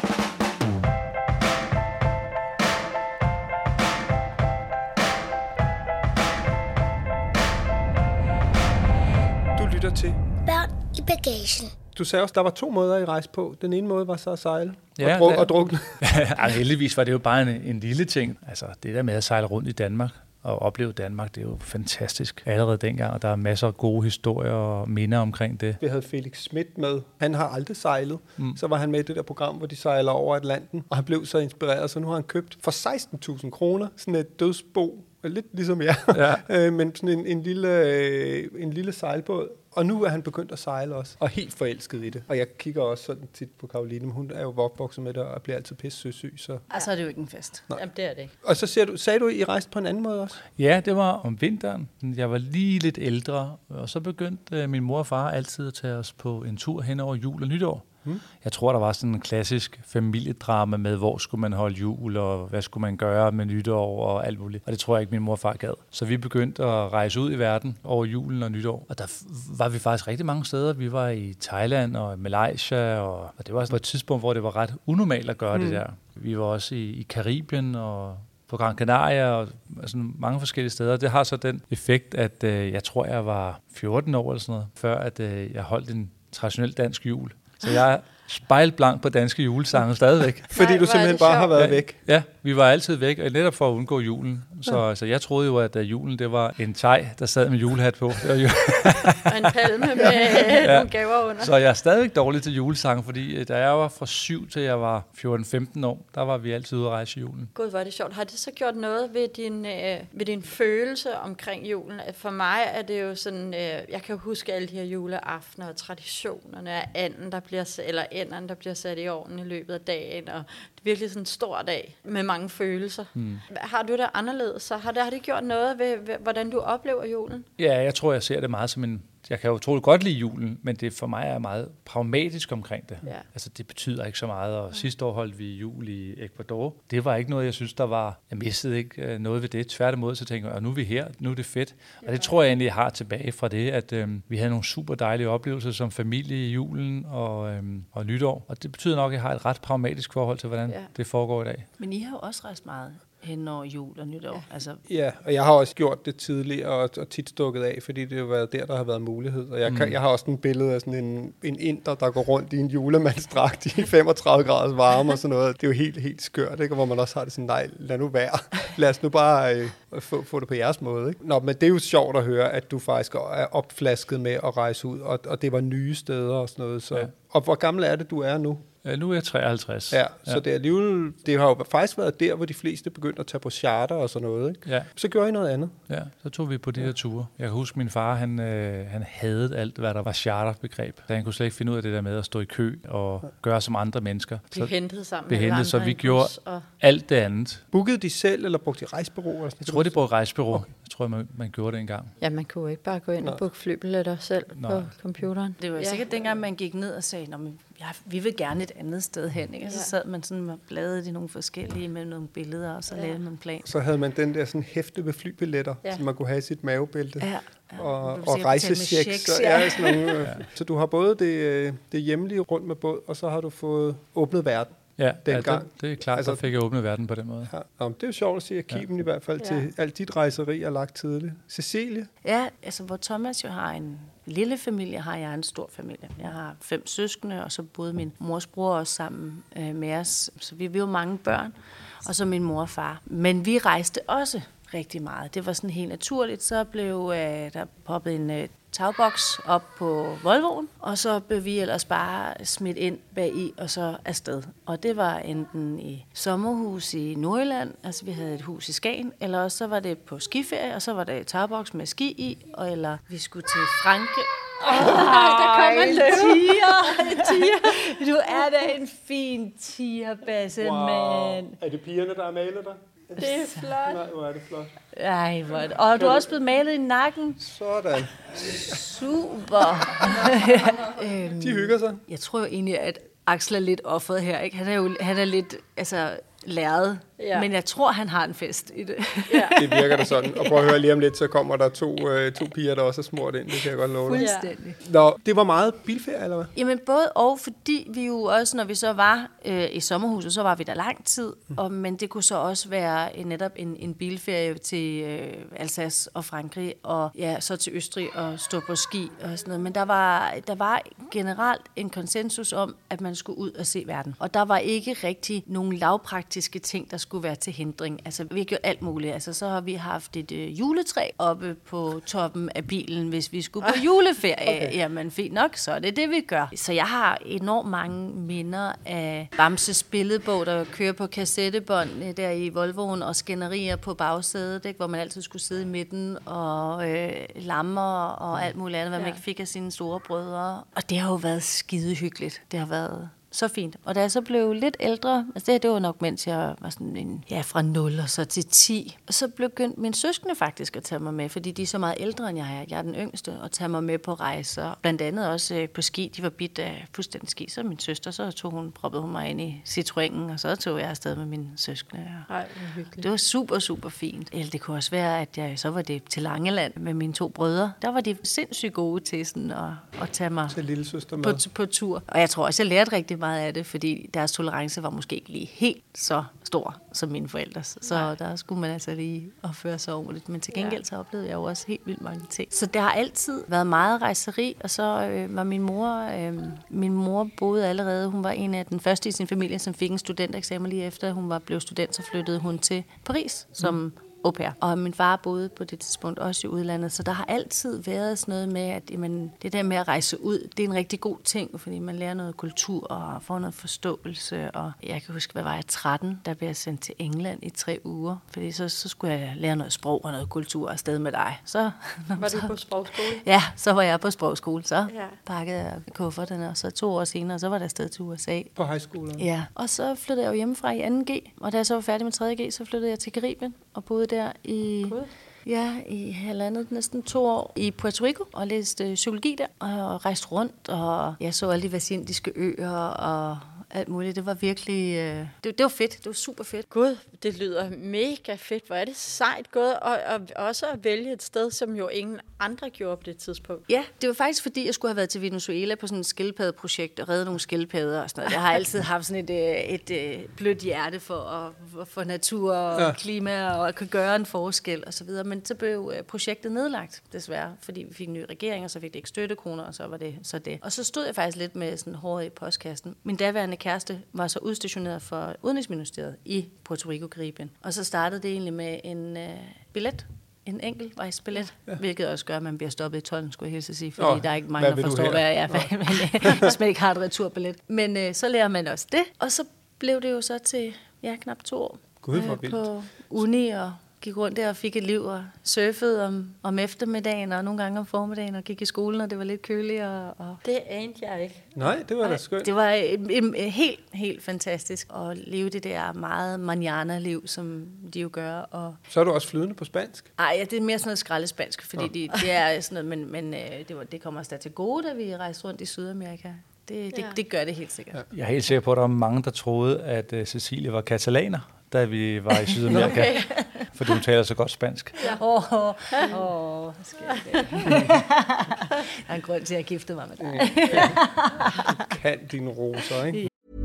Speaker 2: Til.
Speaker 4: Børn i bagagen.
Speaker 2: Du sagde også, der var to måder at rejse på. Den ene måde var så at sejle
Speaker 5: ja,
Speaker 2: og, druk, og drukne.
Speaker 5: Altså, heldigvis var det jo bare en, en lille ting. Altså det der med at sejle rundt i Danmark og opleve Danmark, det er jo fantastisk allerede dengang, og der er masser af gode historier og minder omkring det.
Speaker 2: Vi havde Felix Schmidt med. Han har aldrig sejlet. Mm. Så var han med i det der program, hvor de sejler over Atlanten, og han blev så inspireret, så nu har han købt for seksten tusind kroner sådan et dødsbo lidt ligesom jeg, ja. men sådan en, en, lille, øh, en lille sejlbåd. Og nu er han begyndt at sejle også, og helt forelsket i det. Og jeg kigger også sådan tit på Karoline, men hun er jo opvokset med det, og bliver altid pisse søsyg. Så.
Speaker 6: Altså er det jo ikke en fest.
Speaker 3: Nej. Jamen, det er det ikke.
Speaker 2: Og så siger du, sagde du, I rejste på en anden måde også?
Speaker 5: Ja, det var om vinteren. Jeg var lige lidt ældre, og så begyndte min mor og far altid at tage os på en tur hen over jul og nytår. Hmm. Jeg tror, der var sådan en klassisk familiedrama med, hvor skulle man holde jul, og hvad skulle man gøre med nytår og alt muligt. Og det tror jeg ikke, min mor og far gad. Så vi begyndte at rejse ud i verden over julen og nytår. Og der var vi faktisk rigtig mange steder. Vi var i Thailand og Malaysia, og, og det var på et tidspunkt, hvor det var ret unormalt at gøre hmm. det der. Vi var også i, i Karibien og på Gran Canaria og altså mange forskellige steder. Det har så den effekt, at øh, jeg tror, jeg var fjorten år eller sådan noget, før at øh, jeg holdt en traditionel dansk jul. Så jeg er spejlblank på danske julesange stadigvæk.
Speaker 2: Fordi du simpelthen bare har været
Speaker 5: ja,
Speaker 2: væk?
Speaker 5: Ja, vi var altid væk, og netop for at undgå julen. Så ja. altså, jeg troede jo, at julen det var en thai, der sad med julehat på.
Speaker 3: Og en palme med ja. nogle gaver under.
Speaker 5: Så jeg er stadigvæk dårlig til julesange, fordi da jeg var fra syv til jeg var fjorten femten år, der var vi altid ude at rejse i julen.
Speaker 3: Gud, hvor er det sjovt. Har det så gjort noget ved din, øh, ved din følelse omkring julen? For mig er det jo sådan, øh, jeg kan jo huske alle de her juleaftener og traditionerne af anden, der bliver, eller ænderne, der bliver sat i ovnen i løbet af dagen, og det er virkelig sådan en stor dag med mange følelser. Hmm. Har du det anderledes? Så har det, har det gjort noget ved, ved, hvordan du oplever julen?
Speaker 5: Ja, jeg tror, jeg ser det meget som en... Jeg kan jo utroligt godt lide julen, men det for mig er meget pragmatisk omkring det. Ja. Altså, det betyder ikke så meget, og sidste år holdt vi jul i Ecuador. Det var ikke noget, jeg synes, der var... Jeg mistede ikke noget ved det. Tværtimod, så tænker jeg, og nu er vi her, nu er det fedt. Og det tror jeg egentlig, jeg har tilbage fra det, at øhm, vi havde nogle super dejlige oplevelser som familie i julen og, øhm, og nytår. Og det betyder nok, at jeg har et ret pragmatisk forhold til, hvordan ja. det foregår i dag.
Speaker 6: Men I har jo også rejst meget hen over jul og nytår.
Speaker 2: Ja.
Speaker 6: Altså.
Speaker 2: ja, og jeg har også gjort det tidligere og, og tit stukket af, fordi det har været der, der har været mulighed. Og jeg, kan, mm. jeg har også en billede af sådan en, en inder, der går rundt i en julemandsdragt i femogtredive graders varme og sådan noget. Det er jo helt, helt skørt, ikke? Hvor man også har det sådan, nej, lad nu være. Lad os nu bare øh, få, få det på jeres måde. Ikke? Nå, men det er jo sjovt at høre, at du faktisk er opflasket med at rejse ud, og, og det var nye steder og sådan noget. Så. Ja. Og hvor gammel er det, du er nu?
Speaker 5: Ja, nu er jeg treoghalvtreds.
Speaker 2: Ja, så ja. Det, er alligevel, det har jo faktisk været der, hvor de fleste begyndte at tage på charter og sådan noget. Ikke?
Speaker 5: Ja.
Speaker 2: Så gjorde I noget andet.
Speaker 5: Ja, så tog vi på de ja. her ture. Jeg kan huske, min far, han, øh, han hadede alt, hvad der var charterbegreb. Så han kunne slet ikke finde ud af det der med at stå i kø og ja. gøre som andre mennesker.
Speaker 3: Blive hentet sammen
Speaker 5: med
Speaker 3: hentet,
Speaker 5: så vi gjorde og... alt det andet.
Speaker 2: Bookede de selv, eller brugte de rejsebureau? Eller sådan
Speaker 5: jeg tror, de brugte rejsebureau. Okay. Jeg tror, man, man gjorde det engang.
Speaker 3: Ja, man kunne ikke bare gå ind og booke flybilletter selv Nej. på computeren.
Speaker 6: Det var ja. sikkert dengang, man gik ned og sagde, men ja, vi vil gerne et andet sted hen. Ikke? Så ja. sad man sådan og bladede i nogle forskellige med nogle billeder, og så ja. lavede man en plan.
Speaker 2: Så havde man den der sådan hæfte med flybilletter, ja. som man kunne have i sit mavebælte. Ja. Ja. Og, og rejsechecks. Ja. Ja, sådan nogle, ja. Så du har både det, det hjemlige rundt med båd, og så har du fået åbnet verden.
Speaker 5: Ja, ja det, det er klart, altså, så fik jeg åbnet verden på den måde.
Speaker 2: Ja, det er jo sjovt at se, at Kiben ja. i hvert fald ja. til alt dit rejseri er lagt tidligt. Cecilie?
Speaker 6: Ja, altså hvor Thomas jo har en lille familie, har jeg en stor familie. Jeg har fem søskende, og så boede min mors bror også sammen øh, med os. Så vi, vi var mange børn, og så min mor og far. Men vi rejste også rigtig meget. Det var sådan helt naturligt. Så blev øh, der poppet en øh, tagboks op på Volvoen, og så blev vi ellers bare smidt ind bag i og så afsted. Og det var enten i sommerhus i Nordjylland, altså vi havde et hus i Skagen, eller også så var det på skiferie, og så var det tagboks med ski i, og eller vi skulle til Frankrig.
Speaker 3: Åh, oh, der kommer en tiger. En tiger. Du er da en fin tiger, Basse, wow. mand.
Speaker 2: Er det pigerne, der har malet dig?
Speaker 3: Det er flot.
Speaker 2: Nej, hvor er det flot.
Speaker 6: Ej, hvor er det. Og du har også blevet malet i nakken.
Speaker 2: Sådan.
Speaker 6: Super.
Speaker 2: De hygger sig.
Speaker 6: Jeg tror jo egentlig, at Axel er lidt offeret her. Ikke? Han er jo han er lidt altså, læret. Ja. Men jeg tror, han har en fest i det.
Speaker 2: Ja. Det virker da sådan. Og prøv at høre lige om lidt, så kommer der to, øh, to piger, der også er smurt ind. Det kan jeg godt love dig.
Speaker 6: Fuldstændig.
Speaker 2: Nå, det var meget bilferie, eller hvad?
Speaker 6: Jamen både og, fordi vi jo også, når vi så var øh, i sommerhuset, så var vi der lang tid. Mm. Og, men det kunne så også være en, netop en, en bilferie til øh, Alsace og Frankrig, og ja, så til Østrig og stå på ski og sådan noget. Men der var, der var generelt en konsensus om, at man skulle ud og se verden. Og der var ikke rigtig nogen lavpraktiske ting, der skulle skulle være til hindring. Altså, vi har gjort alt muligt. Altså, så har vi haft et øh, juletræ oppe på toppen af bilen, hvis vi skulle på juleferie. Okay. Jamen, fint nok, så er det det, vi gør. Så jeg har enormt mange minder af Bamses billedbog, der kører på kassettebånd der i Volvoen, og skænderier på bagsædet, ikke? Hvor man altid skulle sidde i midten, og øh, lammer og alt muligt andet, hvad ja. man ikke fik af sine store brødre. Og det har jo været skide hyggeligt. Det har været så fint. Og da jeg så blev lidt ældre, altså det, det var nok mens jeg var sådan en, ja, fra nul og så til ti, og så begyndte mine søskende faktisk at tage mig med, fordi de er så meget ældre end jeg er. Jeg er den yngste, og tage mig med på rejser. Blandt andet også øh, på ski. De var bidt af fuldstændig ski, så min søster, så tog hun, proppede hun mig ind i Citroënen, og så tog jeg afsted med mine søskende.
Speaker 3: Ej, hyggeligt.
Speaker 6: Det var super, super fint. Eller det kunne også være, at jeg, så var det til Langeland med mine to brødre. Der var de sindssygt gode til sådan at, at tage mig
Speaker 2: til lille søster med.
Speaker 6: På, på tur. Og jeg tror også, jeg lærte rigtig meget af det, fordi deres tolerance var måske ikke lige helt så stor som mine forældres. Så Nej. der skulle man altså lige opføre sig ordentligt. Men til gengæld så oplevede jeg jo også helt vildt mange ting. Så der har altid været meget rejseri, og så øh, var min mor, øh, min mor boede allerede, hun var en af den første i sin familie, som fik en studentereksamen lige efter, hun var blevet student, så flyttede hun til Paris, som mm. au pair. Og min far boede på det tidspunkt også i udlandet, så der har altid været sådan noget med, at jamen, det der med at rejse ud, det er en rigtig god ting, fordi man lærer noget kultur og får noget forståelse. Og jeg kan huske, hvad var jeg, tretten, der blev jeg sendt til England i tre uger, fordi så, så skulle jeg lære noget sprog og noget kultur afsted med dig. Så,
Speaker 3: var
Speaker 6: så,
Speaker 3: du på sprogskole?
Speaker 6: Ja, så var jeg på sprogskole, så
Speaker 3: ja. pakkede
Speaker 6: jeg kufferten, og så to år senere, så var der afsted til U S A.
Speaker 2: På high school?
Speaker 6: Ja, og så flyttede jeg jo hjemmefra i anden G, og da jeg så var færdig med tredje G, så flyttede jeg til Karibien og boede der i, ja, i halvandet, næsten to år i Puerto Rico og læste psykologi der og rejste rundt, og jeg så alle de vestindiske øer og alt muligt. Det var virkelig, øh, det, det var fedt. Det var super fedt.
Speaker 3: Gud, det lyder mega fedt. Hvor er det sejt gået, og, og også at vælge et sted, som jo ingen andre gjorde på det tidspunkt.
Speaker 6: Ja, det var faktisk fordi, jeg skulle have været til Venezuela på sådan et skildpaddeprojekt og redde nogle skildpadder og sådan noget. Jeg har altid haft sådan et, et, et blødt hjerte for, at, for natur og ja. klima, og at kunne gøre en forskel og så videre. Men så blev projektet nedlagt, desværre, fordi vi fik en ny regering, og så fik det ikke støttekroner, og så var det så det. Og så stod jeg faktisk lidt med sådan håret i postkassen. Min daværende kæreste var så udstationeret for Udenrigsministeriet i Puerto Rico, Karibien. Og så startede det egentlig med en øh, billet, en enkeltvejsbillet, ja. hvilket også gør, at man bliver stoppet i tolden, skulle jeg helst sige, fordi oh, der er ikke mange, der forstår, hvad jeg er, hvis man ikke har et returbillet. Men øh, så lærer man også det, og så blev det jo så til ja, knap to år
Speaker 2: God,
Speaker 6: øh, på uni og gik rundt der og fik et liv og surfede om, om eftermiddagen og nogle gange om formiddagen og gik i skolen, og det var lidt køligt. Og, og
Speaker 3: det anede jeg ikke.
Speaker 2: Nej, det var da skønt.
Speaker 6: Det var et, et, et helt, helt fantastisk at leve det der meget manana-liv, som de jo gør. Og
Speaker 2: så er du også flydende på spansk?
Speaker 6: Nej, ja, det er mere sådan noget skraldespansk, fordi oh. det, det er sådan noget, men, men det, var, det kommer os da til gode, da vi rejste rundt i Sydamerika. Det, det, ja. det gør det helt sikkert. Ja.
Speaker 5: Jeg er helt sikker på, at der var mange, der troede, at uh, Cecilie var katalaner, da vi var i Sydamerika. Okay. Fordi hun taler så godt spansk.
Speaker 6: Ja. Åh, åh, åh, der er en grund til, at jeg giftede mig med dig.
Speaker 2: Kan din roser, ikke?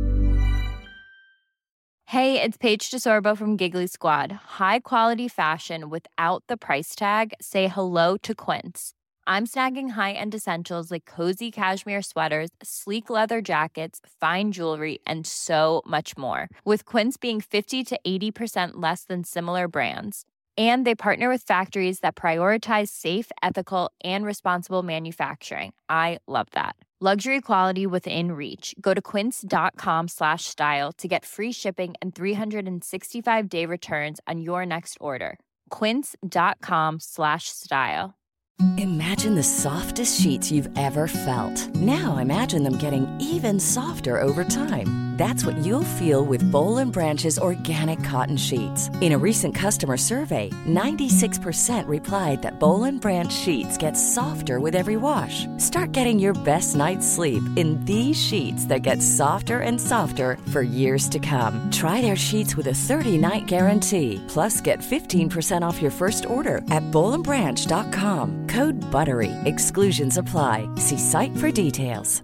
Speaker 1: Hey, it's Paige DeSorbo from Giggly Squad. High quality fashion without the price tag. Say hello to Quince. I'm snagging high-end essentials like cozy cashmere sweaters, sleek leather jackets, fine jewelry, and so much more. With Quince being fifty to eighty percent less than similar brands. And they partner with factories that prioritize safe, ethical, and responsible manufacturing. I love that. Luxury quality within reach. Go to quince.com slash style to get free shipping and three sixty-five day returns on your next order. Quince.com slash style.
Speaker 7: Imagine the softest sheets you've ever felt. Now imagine them getting even softer over time. That's what you'll feel with Boll and Branch's organic cotton sheets. In a recent customer survey, ninety-six percent replied that Boll and Branch sheets get softer with every wash. Start getting your best night's sleep in these sheets that get softer and softer for years to come. Try their sheets with a thirty-night guarantee. Plus, get fifteen percent off your first order at boll and branch dot com. Code BUTTERY. Exclusions apply. See site for details.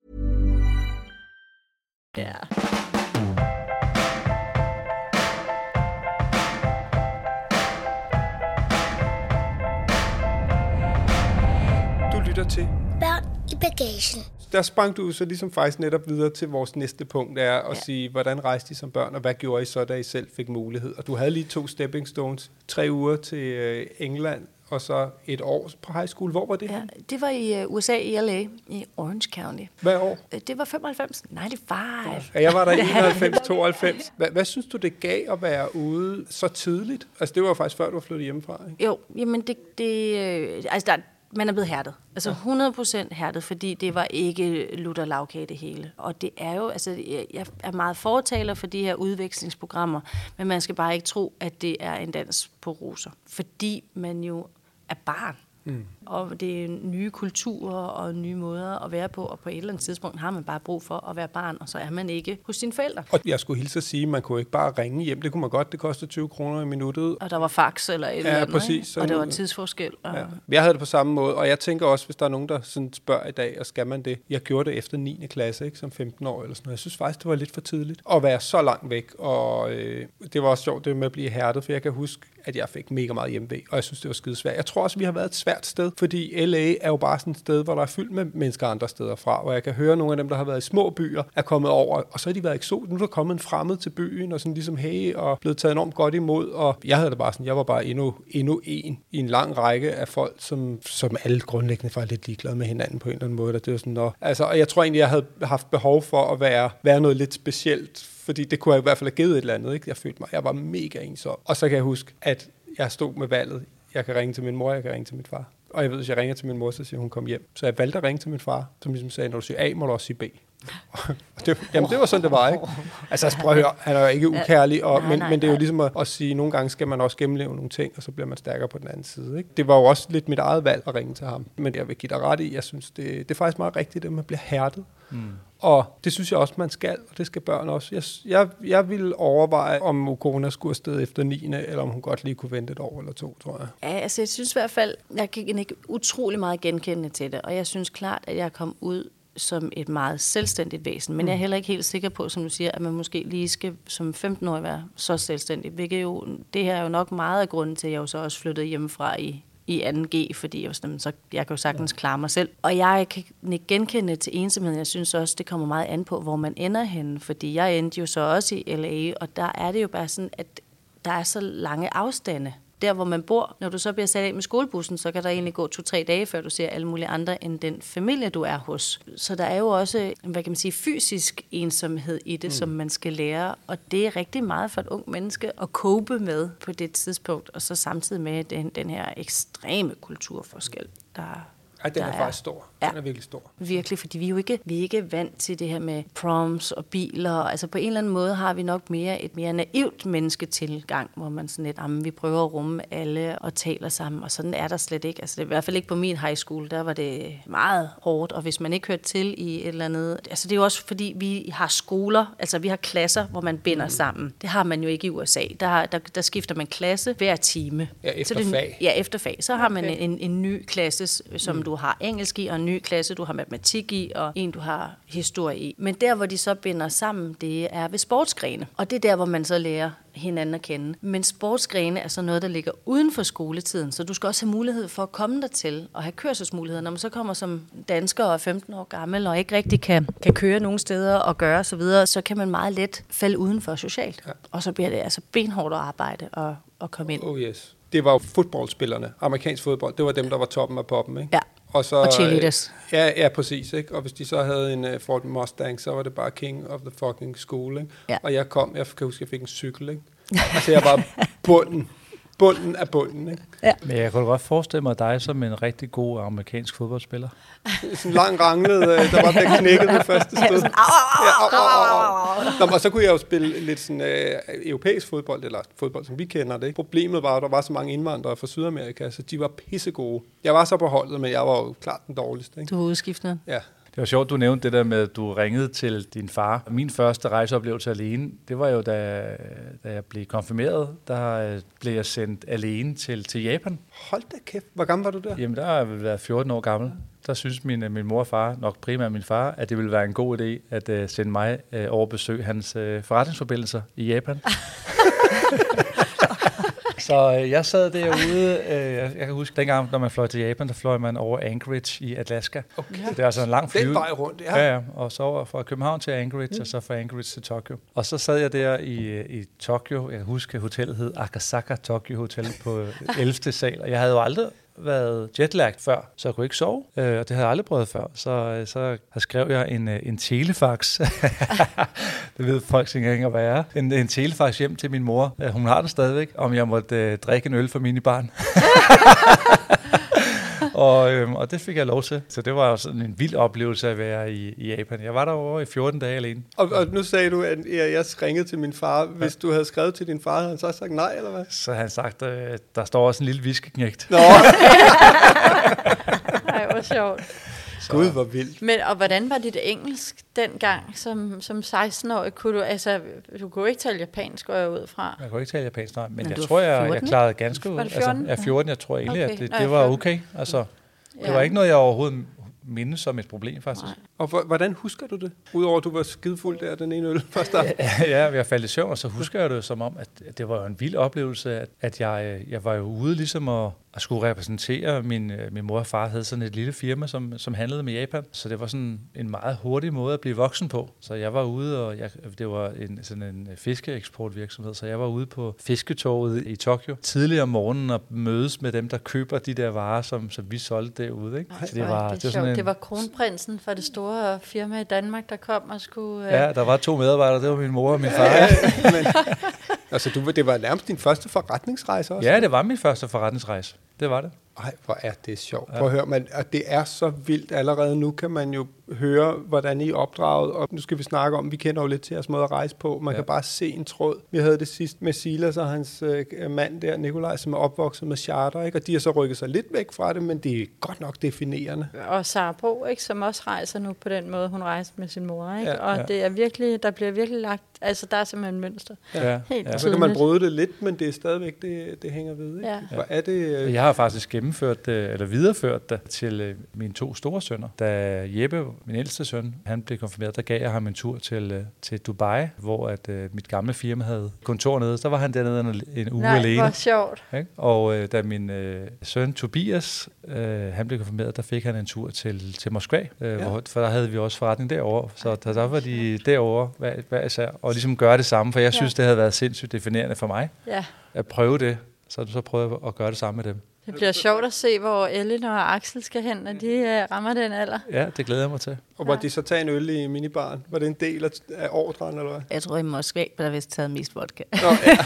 Speaker 3: Ja.
Speaker 2: Du lytter til
Speaker 4: Børn i bagagen.
Speaker 2: der sprang du så ligesom faktisk netop videre til vores næste punkt, er at ja. sige, hvordan rejste I som børn, og hvad gjorde I så, da I selv fik mulighed? Og du havde lige to stepping stones, tre uger til øh, England, og så et år på high school. Hvor var det?
Speaker 6: Ja, det var i uh, U S A, i L A, i Orange County.
Speaker 2: Hvad år?
Speaker 6: Det var femoghalvfems. nioghalvfems.
Speaker 2: Ja, jeg var der i enoghalvfems tooghalvfems. Hvad, hvad synes du, det gav at være ude så tidligt? Altså, det var jo faktisk før, du var flyttet hjemmefra, ikke?
Speaker 6: Jo, jamen det... det øh, altså, der, man er blevet hærdet. Altså hundrede procent hærdet, fordi det var ikke lutter lavkage det hele. Og det er jo, altså jeg er meget fortaler for de her udvekslingsprogrammer, men man skal bare ikke tro, at det er en dans på roser. Fordi man jo er barn. Mm. Og det er nye kulturer og nye måder at være på, og på et eller andet tidspunkt har man bare brug for at være barn, og så er man ikke hos sine forældre.
Speaker 2: Og jeg skulle hilse at sige, at man kunne ikke bare ringe hjem. Det kunne man godt, det kostede tyve kroner i minuttet.
Speaker 6: Og der var fax eller et
Speaker 2: ja,
Speaker 6: eller andet,
Speaker 2: præcis,
Speaker 6: og der var tidsforskel. Og...
Speaker 2: Ja. Jeg havde det på samme måde, og jeg tænker også, hvis der er nogen, der sådan spørger i dag, og skal man det? Jeg gjorde det efter niende klasse, ikke, som femten år eller sådan noget. Jeg synes faktisk, det var lidt for tidligt at være så langt væk, og øh, det var også sjovt, det med at blive hærdet, for jeg kan huske, at jeg fik mega meget hjemmevæg, og jeg synes, det var skidesvært. Jeg tror også, vi har været et svært sted, fordi L A er jo bare sådan et sted, hvor der er fyldt med mennesker andre steder fra, og jeg kan høre, at nogle af dem, der har været i små byer, er kommet over, og så har de været eksotiske. Nu er der kommet en fremmed til byen, og sådan ligesom hey, og blevet taget enormt godt imod, og jeg havde det bare sådan, jeg var bare endnu, endnu en i en lang række af folk, som, som alle grundlæggende var lidt ligeglade med hinanden på en eller anden måde, og det var sådan, og, altså, og jeg tror egentlig, jeg havde haft behov for at være, være noget lidt specielt, fordi det kunne jeg i hvert fald have givet et eller andet, ikke? Jeg følte mig, jeg var mega ensom. Og så kan jeg huske, at jeg stod med valget. Jeg kan ringe til min mor, jeg kan ringe til min far. Og jeg ved, hvis jeg ringer til min mor, så siger hun, kom hjem. Så jeg valgte at ringe til min far, som ligesom sagde, når du siger A, må du også sige B. det, jamen, det var sådan, det var, ikke? Altså, prøv at høre, han er jo ikke ukærlig, og, nej, men, nej, men det er jo ligesom at, at sige, nogle gange skal man også gennemleve nogle ting, og så bliver man stærkere på den anden side, ikke? Det var jo også lidt mit eget valg at ringe til ham. Men jeg vil give dig ret i, jeg synes, det, det er faktisk meget rigtigt, at man bliver hærdet. Mm. Og det synes jeg også, man skal, og det skal børn også. Jeg, jeg, jeg ville overveje, om Ukona skulle afsted efter niende, eller om hun godt lige kunne vente et år eller to, tror jeg.
Speaker 6: Ja, altså jeg synes i hvert fald, jeg kan ikke utrolig meget genkende til det, og jeg synes klart, at jeg kom ud som et meget selvstændigt væsen, men mm. jeg er heller ikke helt sikker på, som du siger, at man måske lige skal som femten-årig være så selvstændig, hvilket jo, det her er jo nok meget af grunden til, at jeg jo så også flyttede hjemmefra i i anden G, fordi jeg, var sådan, så jeg kan jo sagtens klare mig selv. Og jeg kan ikke genkende til ensomheden. Jeg synes også, det kommer meget an på, hvor man ender henne, fordi jeg endte jo så også i L A, og der er det jo bare sådan, at der er så lange afstande. Der, hvor man bor, når du så bliver sat af med skolebussen, så kan der egentlig gå to-tre dage, før du ser alle mulige andre end den familie, du er hos. Så der er jo også, hvad kan man sige, fysisk ensomhed i det, mm. som man skal lære, og det er rigtig meget for et ung menneske at cope med på det tidspunkt, og så samtidig med den, den her ekstreme kulturforskel, der
Speaker 2: Ja, den er, er faktisk stor. Den ja, er virkelig stor.
Speaker 6: Virkelig, fordi vi er jo ikke, vi er ikke vant til det her med proms og biler. Altså på en eller anden måde har vi nok mere et mere naivt mennesketilgang, hvor man sådan lidt, jamen, vi prøver at rumme alle og taler sammen, og sådan er der slet ikke. Altså det er i hvert fald ikke på min high school, der var det meget hårdt, og hvis man ikke hørte til i et eller andet... Altså det er jo også fordi, vi har skoler, altså vi har klasser, hvor man binder mm. sammen. Det har man jo ikke i U S A. Der, der, der skifter man klasse hver time.
Speaker 2: Ja, efter
Speaker 6: det,
Speaker 2: fag.
Speaker 6: Ja, efter fag. Så har man okay. en, en ny klasse, som mm. du har engelsk i, og en ny klasse, du har matematik i, og en, du har historie i. Men der, hvor de så binder sammen, det er ved sportsgrene. Og det er der, hvor man så lærer hinanden at kende. Men sportsgrene er så noget, der ligger uden for skoletiden, så du skal også have mulighed for at komme dertil og have kørselsmuligheder. Når man så kommer som dansker og er femten år gammel, og ikke rigtig kan, kan køre nogen steder og gøre så videre, så kan man meget let falde udenfor socialt. Ja. Og så bliver det altså benhårdt at arbejde og, og komme ind.
Speaker 2: Oh yes. Det var jo fodboldspillerne, amerikansk fodbold, det var dem, der var toppen af poppen, ikke?
Speaker 6: Ja.
Speaker 2: Og, så,
Speaker 6: og cheerleaders.
Speaker 2: Ja, ja, præcis. Ikke? Og hvis de så havde en uh, Ford Mustang, så var det bare king of the fucking school. Ikke? Ja. Og jeg kom, jeg kan huske, jeg fik en cykel. Ikke? Altså jeg var bunden. Bunden af bunden, ikke?
Speaker 5: Ja. Men jeg kunne godt forestille mig dig som en rigtig god amerikansk fodboldspiller.
Speaker 2: Sådan lang ranglet, der var der knækket det første sted. Og så kunne jeg jo spille lidt sådan uh, europæisk fodbold, eller fodbold, som vi kender det. Ikke? Problemet var, at der var så mange indvandrere fra Sydamerika, så de var pissegode. Jeg var så på holdet, men jeg var jo klart den dårligste. Ikke?
Speaker 6: Du var udskiftende.
Speaker 2: Ja.
Speaker 5: Det var sjovt, du nævnte det der med, at du ringede til din far. Min første rejseoplevelse alene, det var jo, da, da jeg blev konfirmeret. Der blev jeg sendt alene til, til Japan.
Speaker 2: Hold da kæft. Hvor gammel var du der?
Speaker 5: Jamen, der har jeg været fjorten år gammel. Der synes min, min mor og far, nok primært min far, at det ville være en god idé at uh, sende mig uh, over besøg hans uh, forretningsforbindelser i Japan. Så øh, jeg sad derude, øh, jeg, jeg kan huske, dengang, når man fløj til Japan, der fløj man over Anchorage i Alaska.
Speaker 2: Okay.
Speaker 5: Så det er altså en lang flyve.
Speaker 2: Den vej rundt, ja.
Speaker 5: Ja, ja. Og så over fra København til Anchorage, mm. og så fra Anchorage til Tokyo. Og så sad jeg der i, i Tokyo. Jeg kan huske, hotellet hed Akasaka Tokyo Hotel på ellevte sal. Og jeg havde jo aldrig været jetlagt før, så jeg kunne ikke sove, øh, og det havde jeg aldrig prøvet før. Så, så skrev jeg en, en telefax. Det ved folk ikke engang, hvad jeg er. En, en telefax hjem til min mor. Hun har den stadigvæk, om jeg måtte øh, drikke en øl for minibarn. og, øhm, og det fik jeg lov til. Så det var jo sådan en vild oplevelse at være i, i Japan. Jeg var derovre i fjorten dage alene.
Speaker 2: Og, og nu sagde du, at jeg, jeg ringede til min far. Hvis ja. du havde skrevet til din far, havde han så sagt nej, eller hvad?
Speaker 5: Så havde han sagt, øh, der står også en lille viskeknægt.
Speaker 2: Nå!
Speaker 3: Ej, hvor sjovt.
Speaker 2: Så. Gud, hvor vildt.
Speaker 3: Men, og hvordan var dit engelsk dengang som, som seksten-årig? Kunne du, altså, du kunne ikke tale japansk, går jeg ud fra.
Speaker 5: Jeg kunne ikke tale japansk, nej, men, men jeg
Speaker 3: du
Speaker 5: tror, jeg,
Speaker 3: fjorten,
Speaker 5: jeg klarede ganske ud.
Speaker 3: Var det fjorten?
Speaker 5: Altså, jeg er fjorten, jeg tror egentlig,
Speaker 3: okay.
Speaker 5: at det,
Speaker 3: Nå,
Speaker 5: det var okay. Altså, det
Speaker 3: ja.
Speaker 5: var ikke noget, jeg overhovedet mindes som et problem, faktisk.
Speaker 3: Nej.
Speaker 2: Og hvordan husker du det? Udover at du var skidefuld der, den ene øl fra start.
Speaker 5: Ja, jeg faldt i søvn, og så husker jeg det som om, at det var en vild oplevelse, at, at jeg, jeg var jo ude ligesom at, at skulle repræsentere. Min, min mor og far havde sådan et lille firma, som, som handlede med Japan, så det var sådan en meget hurtig måde at blive voksen på. Så jeg var ude, og jeg, det var en, sådan en fiskeeksportvirksomhed, så jeg var ude på fisketorvet i Tokyo tidligere om morgenen og mødes med dem, der køber de der varer, som, som vi solgte derude. Ikke?
Speaker 3: Ej,
Speaker 5: så det var,
Speaker 3: det,
Speaker 5: det var sådan en,
Speaker 3: det var kronprinsen fra det store firma i Danmark, der kom og skulle...
Speaker 5: Ja, der var to medarbejdere, det var min mor og min far.
Speaker 2: Ja, men, altså, du, det var nærmest din første forretningsrejse også?
Speaker 5: Ja, det var min første forretningsrejse. Det var det.
Speaker 2: Ej, hvor er det sjovt.
Speaker 5: Ja.
Speaker 2: Prøv at høre, man, og det er så vildt allerede nu, kan man jo høre, hvordan I er opdraget, og nu skal vi snakke om, vi kender jo lidt til jeres måde at rejse på. Man ja. kan bare se en tråd. Vi havde det sidst med Silas og hans øh, mand der, Nikolaj, som er opvokset med charter, ikke? Og de har så rykket sig lidt væk fra det, men det er godt nok definerende.
Speaker 3: Og Sara Bro, ikke, som også rejser nu på den måde, hun rejste med sin mor, ikke?
Speaker 2: Ja,
Speaker 3: og
Speaker 5: ja.
Speaker 3: det er virkelig, der bliver virkelig lagt, altså der er simpelthen et mønster.
Speaker 5: Ja.
Speaker 3: Helt
Speaker 5: Ja.
Speaker 2: Så kan man bryde det lidt, men det er stadigvæk, det, det hænger ved, ikke?
Speaker 3: Ja.
Speaker 2: Hvor er det... Øh...
Speaker 5: Jeg har faktisk gennemført det, eller videreført det til øh, mine to store sønner. Da Jeppe, min ældste søn, han blev konfirmeret, der gav jeg ham en tur til, øh, til Dubai, hvor at, øh, mit gamle firma havde kontor nede. Så var han dernede en, en uge
Speaker 3: Nej,
Speaker 5: alene.
Speaker 3: hvor sjovt.
Speaker 5: Ikke? Og øh, da min øh, søn Tobias, øh, han blev konfirmeret, der fik han en tur til, til Moskva, øh, ja. hvor, for der havde vi også forretning derovre. Så der, der var de derovre hver, hver især, og ligesom gøre det samme, for jeg synes, ja. det havde været sindssygt definerende for mig
Speaker 3: Ja.
Speaker 5: at prøve det. Så så prøvede jeg at gøre det samme med dem.
Speaker 3: Det bliver sjovt at se, hvor Ellen og Axel skal hen, når de uh, rammer den alder.
Speaker 5: Ja, det glæder jeg mig til.
Speaker 2: Og hvor de så tager en øl i minibaren. Var det en del af, af ordren, eller hvad?
Speaker 6: Jeg tror, i Moskva der vist taget mest vodka.
Speaker 2: Nå,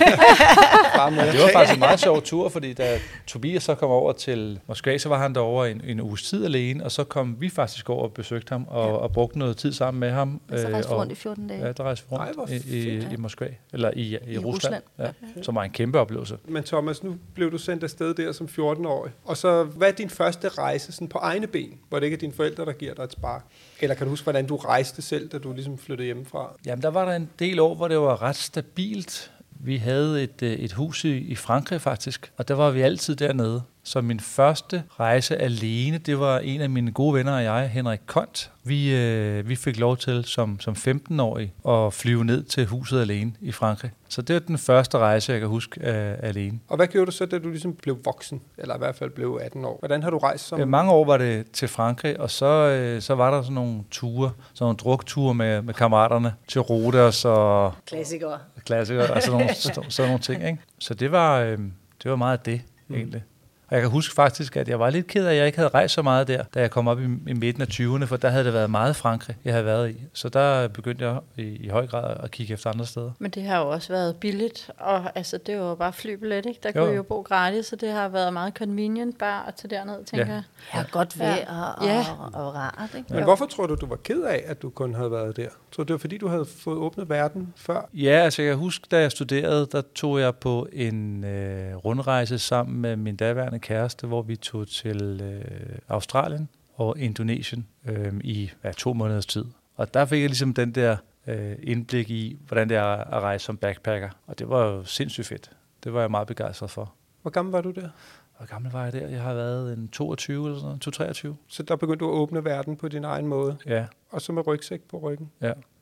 Speaker 2: ja.
Speaker 5: Det var faktisk en meget sjov tur, fordi da Tobias så kom over til Moskva, så var han derovre en, en uges tid alene, og så kom vi faktisk over og besøgte ham, og, ja. og brugte noget tid sammen med ham.
Speaker 6: Og så rejste
Speaker 5: og,
Speaker 6: rundt i fjorten dage.
Speaker 5: Ja, der rejste vi rundt
Speaker 2: Ej,
Speaker 5: i, i, i Moskva, eller i, i,
Speaker 6: I
Speaker 5: Rusland,
Speaker 6: Rusland.
Speaker 5: ja, som var en kæmpe oplevelse.
Speaker 2: Men Thomas, nu blev du sendt afsted der som fjorten-årig. Og så, hvad er din første rejse sådan på egne ben, hvor det ikke er dine forældre, der giver dig et spark? Eller kan du huske, hvordan du rejste selv, da du ligesom flyttede hjemmefra?
Speaker 5: Jamen, der var der en del år, hvor det var ret stabilt. Vi havde et, et hus i, i Frankrig faktisk, og der var vi altid dernede. Så min første rejse alene, det var en af mine gode venner og jeg, Henrik Kont. Vi, øh, vi fik lov til som, som femten-årig at flyve ned til huset alene i Frankrig. Så det var den første rejse, jeg kan huske øh, alene.
Speaker 2: Og hvad gjorde du så, da du ligesom blev voksen, eller i hvert fald blev atten år? Hvordan har du rejst som?
Speaker 5: Øh, mange år var det til Frankrig, og så, øh, så var der sådan nogle ture, sådan nogle drukture med, med kammeraterne til Rodos og
Speaker 6: Klassikere.
Speaker 5: klassikere og sådan nogle, sådan nogle ting. Ikke? Så det var, øh, det var meget det, mm. egentlig. Og jeg kan huske faktisk, at jeg var lidt ked af, at jeg ikke havde rejst så meget der, da jeg kom op i, i midten af tyverne, for der havde det været meget Frankrig, jeg havde været i. Så der begyndte jeg i, i høj grad at kigge efter andre steder.
Speaker 3: Men det har jo også været billigt, og altså, det var jo bare flybillet, ikke? Der
Speaker 5: jo.
Speaker 3: kunne jo bo gratis, så det har været meget convenient bare at tage derned, tænker
Speaker 5: Ja.
Speaker 3: jeg.
Speaker 6: Ja, godt vejr og,
Speaker 3: Ja.
Speaker 6: og, og rart, ikke?
Speaker 2: Men hvorfor tror du, du var ked af, at du kun havde været der? Tror du, det var fordi, du havde fået åbnet verden før?
Speaker 5: Ja, altså jeg kan huske, da jeg studerede, der tog jeg på en øh, rundrejse sammen med min daværende kæreste, hvor vi tog til øh, Australien og Indonesien øh, i ja, to måneders tid. Og der fik jeg ligesom den der øh, indblik i, hvordan det er at rejse som backpacker. Og det var jo sindssygt fedt. Det var jeg meget begejstret for.
Speaker 2: Hvor gammel var du der?
Speaker 5: Hvor gammel var jeg der? Jeg har været en toogtyve eller sådan noget, toogtyve.
Speaker 2: Så der begyndte du at åbne verden på din egen måde,
Speaker 5: Ja,
Speaker 2: og så med rygsæk på ryggen.
Speaker 5: ja.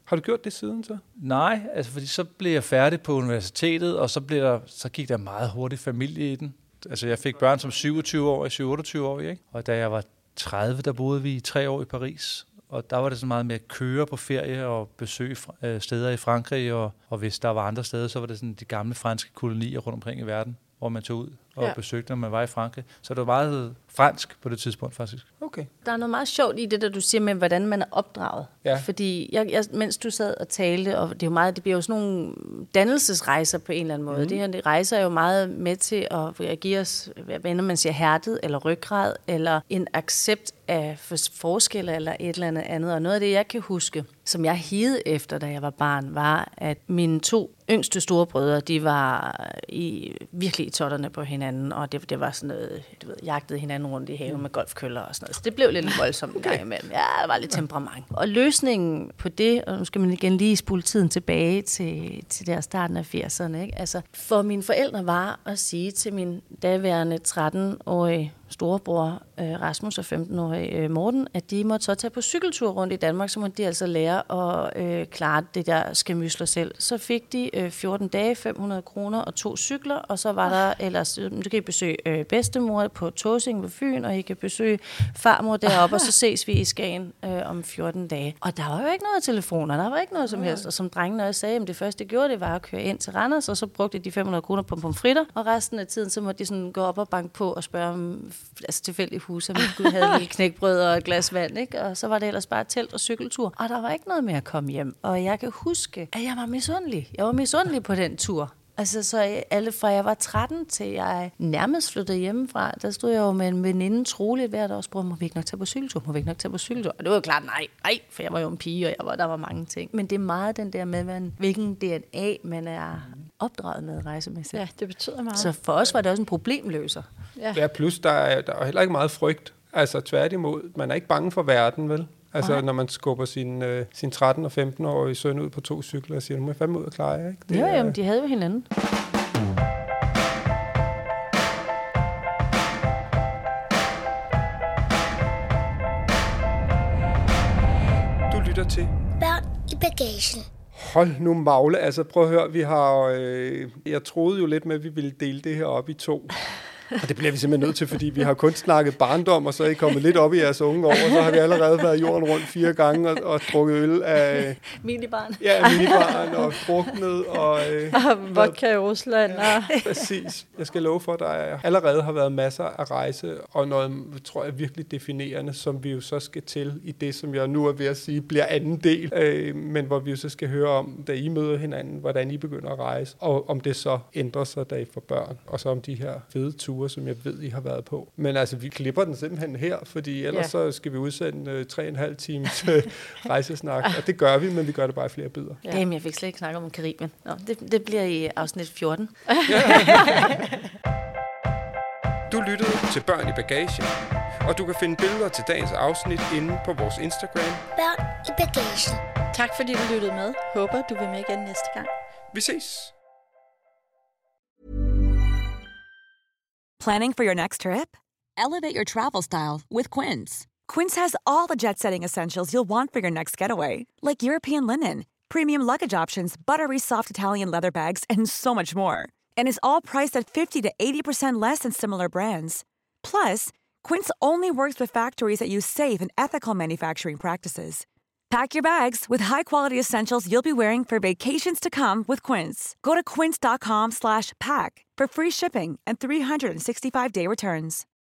Speaker 2: Har du gjort det siden så?
Speaker 5: Nej, altså fordi så blev jeg færdig på universitetet, og så, blev der, så gik der meget hurtigt familie i den. Altså jeg fik børn som syvogtyve år, syv otteogtyve år, ikke? Og da jeg var tredive, der boede vi i tre år i Paris. Og der var det så meget med at køre på ferie og besøge steder i Frankrig, og, og hvis der var andre steder, så var det sådan de gamle franske kolonier rundt omkring i verden, hvor man tog ud og ja. besøgte, når man var i Frankrig. Så det var meget fransk på det tidspunkt, faktisk.
Speaker 2: Okay.
Speaker 6: Der er noget meget sjovt i det, der du siger med, hvordan man er opdraget.
Speaker 2: Ja.
Speaker 6: Fordi jeg, jeg, mens du sad og talte, og det er jo meget, det bliver jo sådan nogle dannelsesrejser på en eller anden måde. Mm. Det her det rejser jo meget med til at give os, hvad ender man siger, hærdet eller ryggrad, eller en accept af forskelle eller et eller andet andet. Og noget af det, jeg kan huske, som jeg higede efter, da jeg var barn, var, at mine to yngste storebrødre, de var i, virkelig i totterne på hinanden, og det, det var sådan noget, du ved, jagtede hinanden rundt i haven med golfkøller og sådan noget. Så det blev lidt voldsomt en gang imellem. Ja, der var lidt temperament. Og løsningen på det, og nu skal man igen lige spole tiden tilbage til, til der starten af firserne, ikke? Altså, for mine forældre var at sige til min daværende tretten-årige storebror øh, Rasmus og femten-årige øh, Morten, at de måtte så tage på cykeltur rundt i Danmark, så måtte de altså lære at øh, klare det der skærmysler selv. Så fik de øh, fjorten dage, fem hundrede kroner og to cykler, og så var der ellers, øh, du kan besøge øh, bedstemor på Tåsing ved Fyn, og I kan besøge farmor deroppe, og så ses vi i Skagen øh, om fjorten dage. Og der var jo ikke noget telefoner, der var ikke noget som helst, og som drengene også sagde, at det første de gjorde, det var at køre ind til Randers, og så brugte de fem hundrede kroner på pomfritter, og resten af tiden, så måtte de sådan gå op og banke på og spørge om altså tilfældige huse, om vi havde lidt knækbrød og et glas vand, ikke? Og så var det ellers bare telt og cykeltur. Og der var ikke noget med at komme hjem. Og jeg kan huske, at jeg var misundelig. Jeg var misundelig på den tur. Altså, så alle fra jeg var tretten til jeg nærmest flyttede hjemmefra, der stod jeg jo med en veninde troligt hvert år og spurgte, må vi ikke nok tage på cykeltur? Må vi ikke nok tage på cykeltur? Og det var jo klart, nej, nej, for jeg var jo en pige, og jeg var, der var mange ting. Men det er meget den der med, hvilken D N A man er opdraget med rejsemæssigt.
Speaker 3: Ja, det betyder meget.
Speaker 6: Så for os var det også en problemløser.
Speaker 2: Ja, ja plus der er, der er heller ikke meget frygt. Altså tværtimod, man er ikke bange for verden, vel? Altså okay. Når man skubber sin, øh, sin tretten- og femten-årige søn ud på to cykler og siger, nu må jeg fandme ud og klare jer, ikke? Det
Speaker 6: jo,
Speaker 2: er,
Speaker 6: jamen, de havde jo hinanden.
Speaker 2: Du lytter til
Speaker 4: Børn i bagagen.
Speaker 2: Hold nu magle, altså prøv at høre, vi har, øh, jeg troede jo lidt med, at vi ville dele det her op i to. Og det bliver vi simpelthen nødt til, fordi vi har kun snakket barndom, og så er I kommet lidt op i jeres unge år, og så har vi allerede været jorden rundt fire gange og, og drukket øl af...
Speaker 6: Minibarn.
Speaker 2: Ja, minibarn og druknet og... Øh,
Speaker 3: og vodka i Rusland. Og...
Speaker 2: Præcis. Jeg skal love for, at der allerede har været masser af rejse, og noget, tror jeg, virkelig definerende, som vi jo så skal til i det, som jeg nu er ved at sige, bliver anden del, øh, men hvor vi jo så skal høre om, da I møder hinanden, hvordan I begynder at rejse, og om det så ændrer sig, da I får børn, og så om de her fede ture, som jeg ved, I har været på. Men altså, vi klipper den simpelthen her, fordi ellers ja. så skal vi udsende uh, tre og en halv times uh, rejsesnak, og det gør vi, men vi gør det bare i flere bidder.
Speaker 6: Ja. Jamen, jeg fik slet ikke snakket om Karibien. Nå, det, det bliver i afsnit fjorten.
Speaker 2: Du lyttede til Børn i bagagen, og du kan finde billeder til dagens afsnit inde på vores Instagram.
Speaker 4: Børn i bagagen.
Speaker 3: Tak fordi du lyttede med. Håber, du vil med igen næste gang.
Speaker 2: Vi ses!
Speaker 8: Planning for your next trip? Elevate your travel style with Quince. Quince has all the jet-setting essentials you'll want for your next getaway, like European linen, premium luggage options, buttery soft Italian leather bags, and so much more. And is all priced at fifty to eighty percent less than similar brands. Plus, Quince only works with factories that use safe and ethical manufacturing practices. Pack your bags with high-quality essentials you'll be wearing for vacations to come with Quince. Go to quince.com slash pack for free shipping and three sixty-five day returns.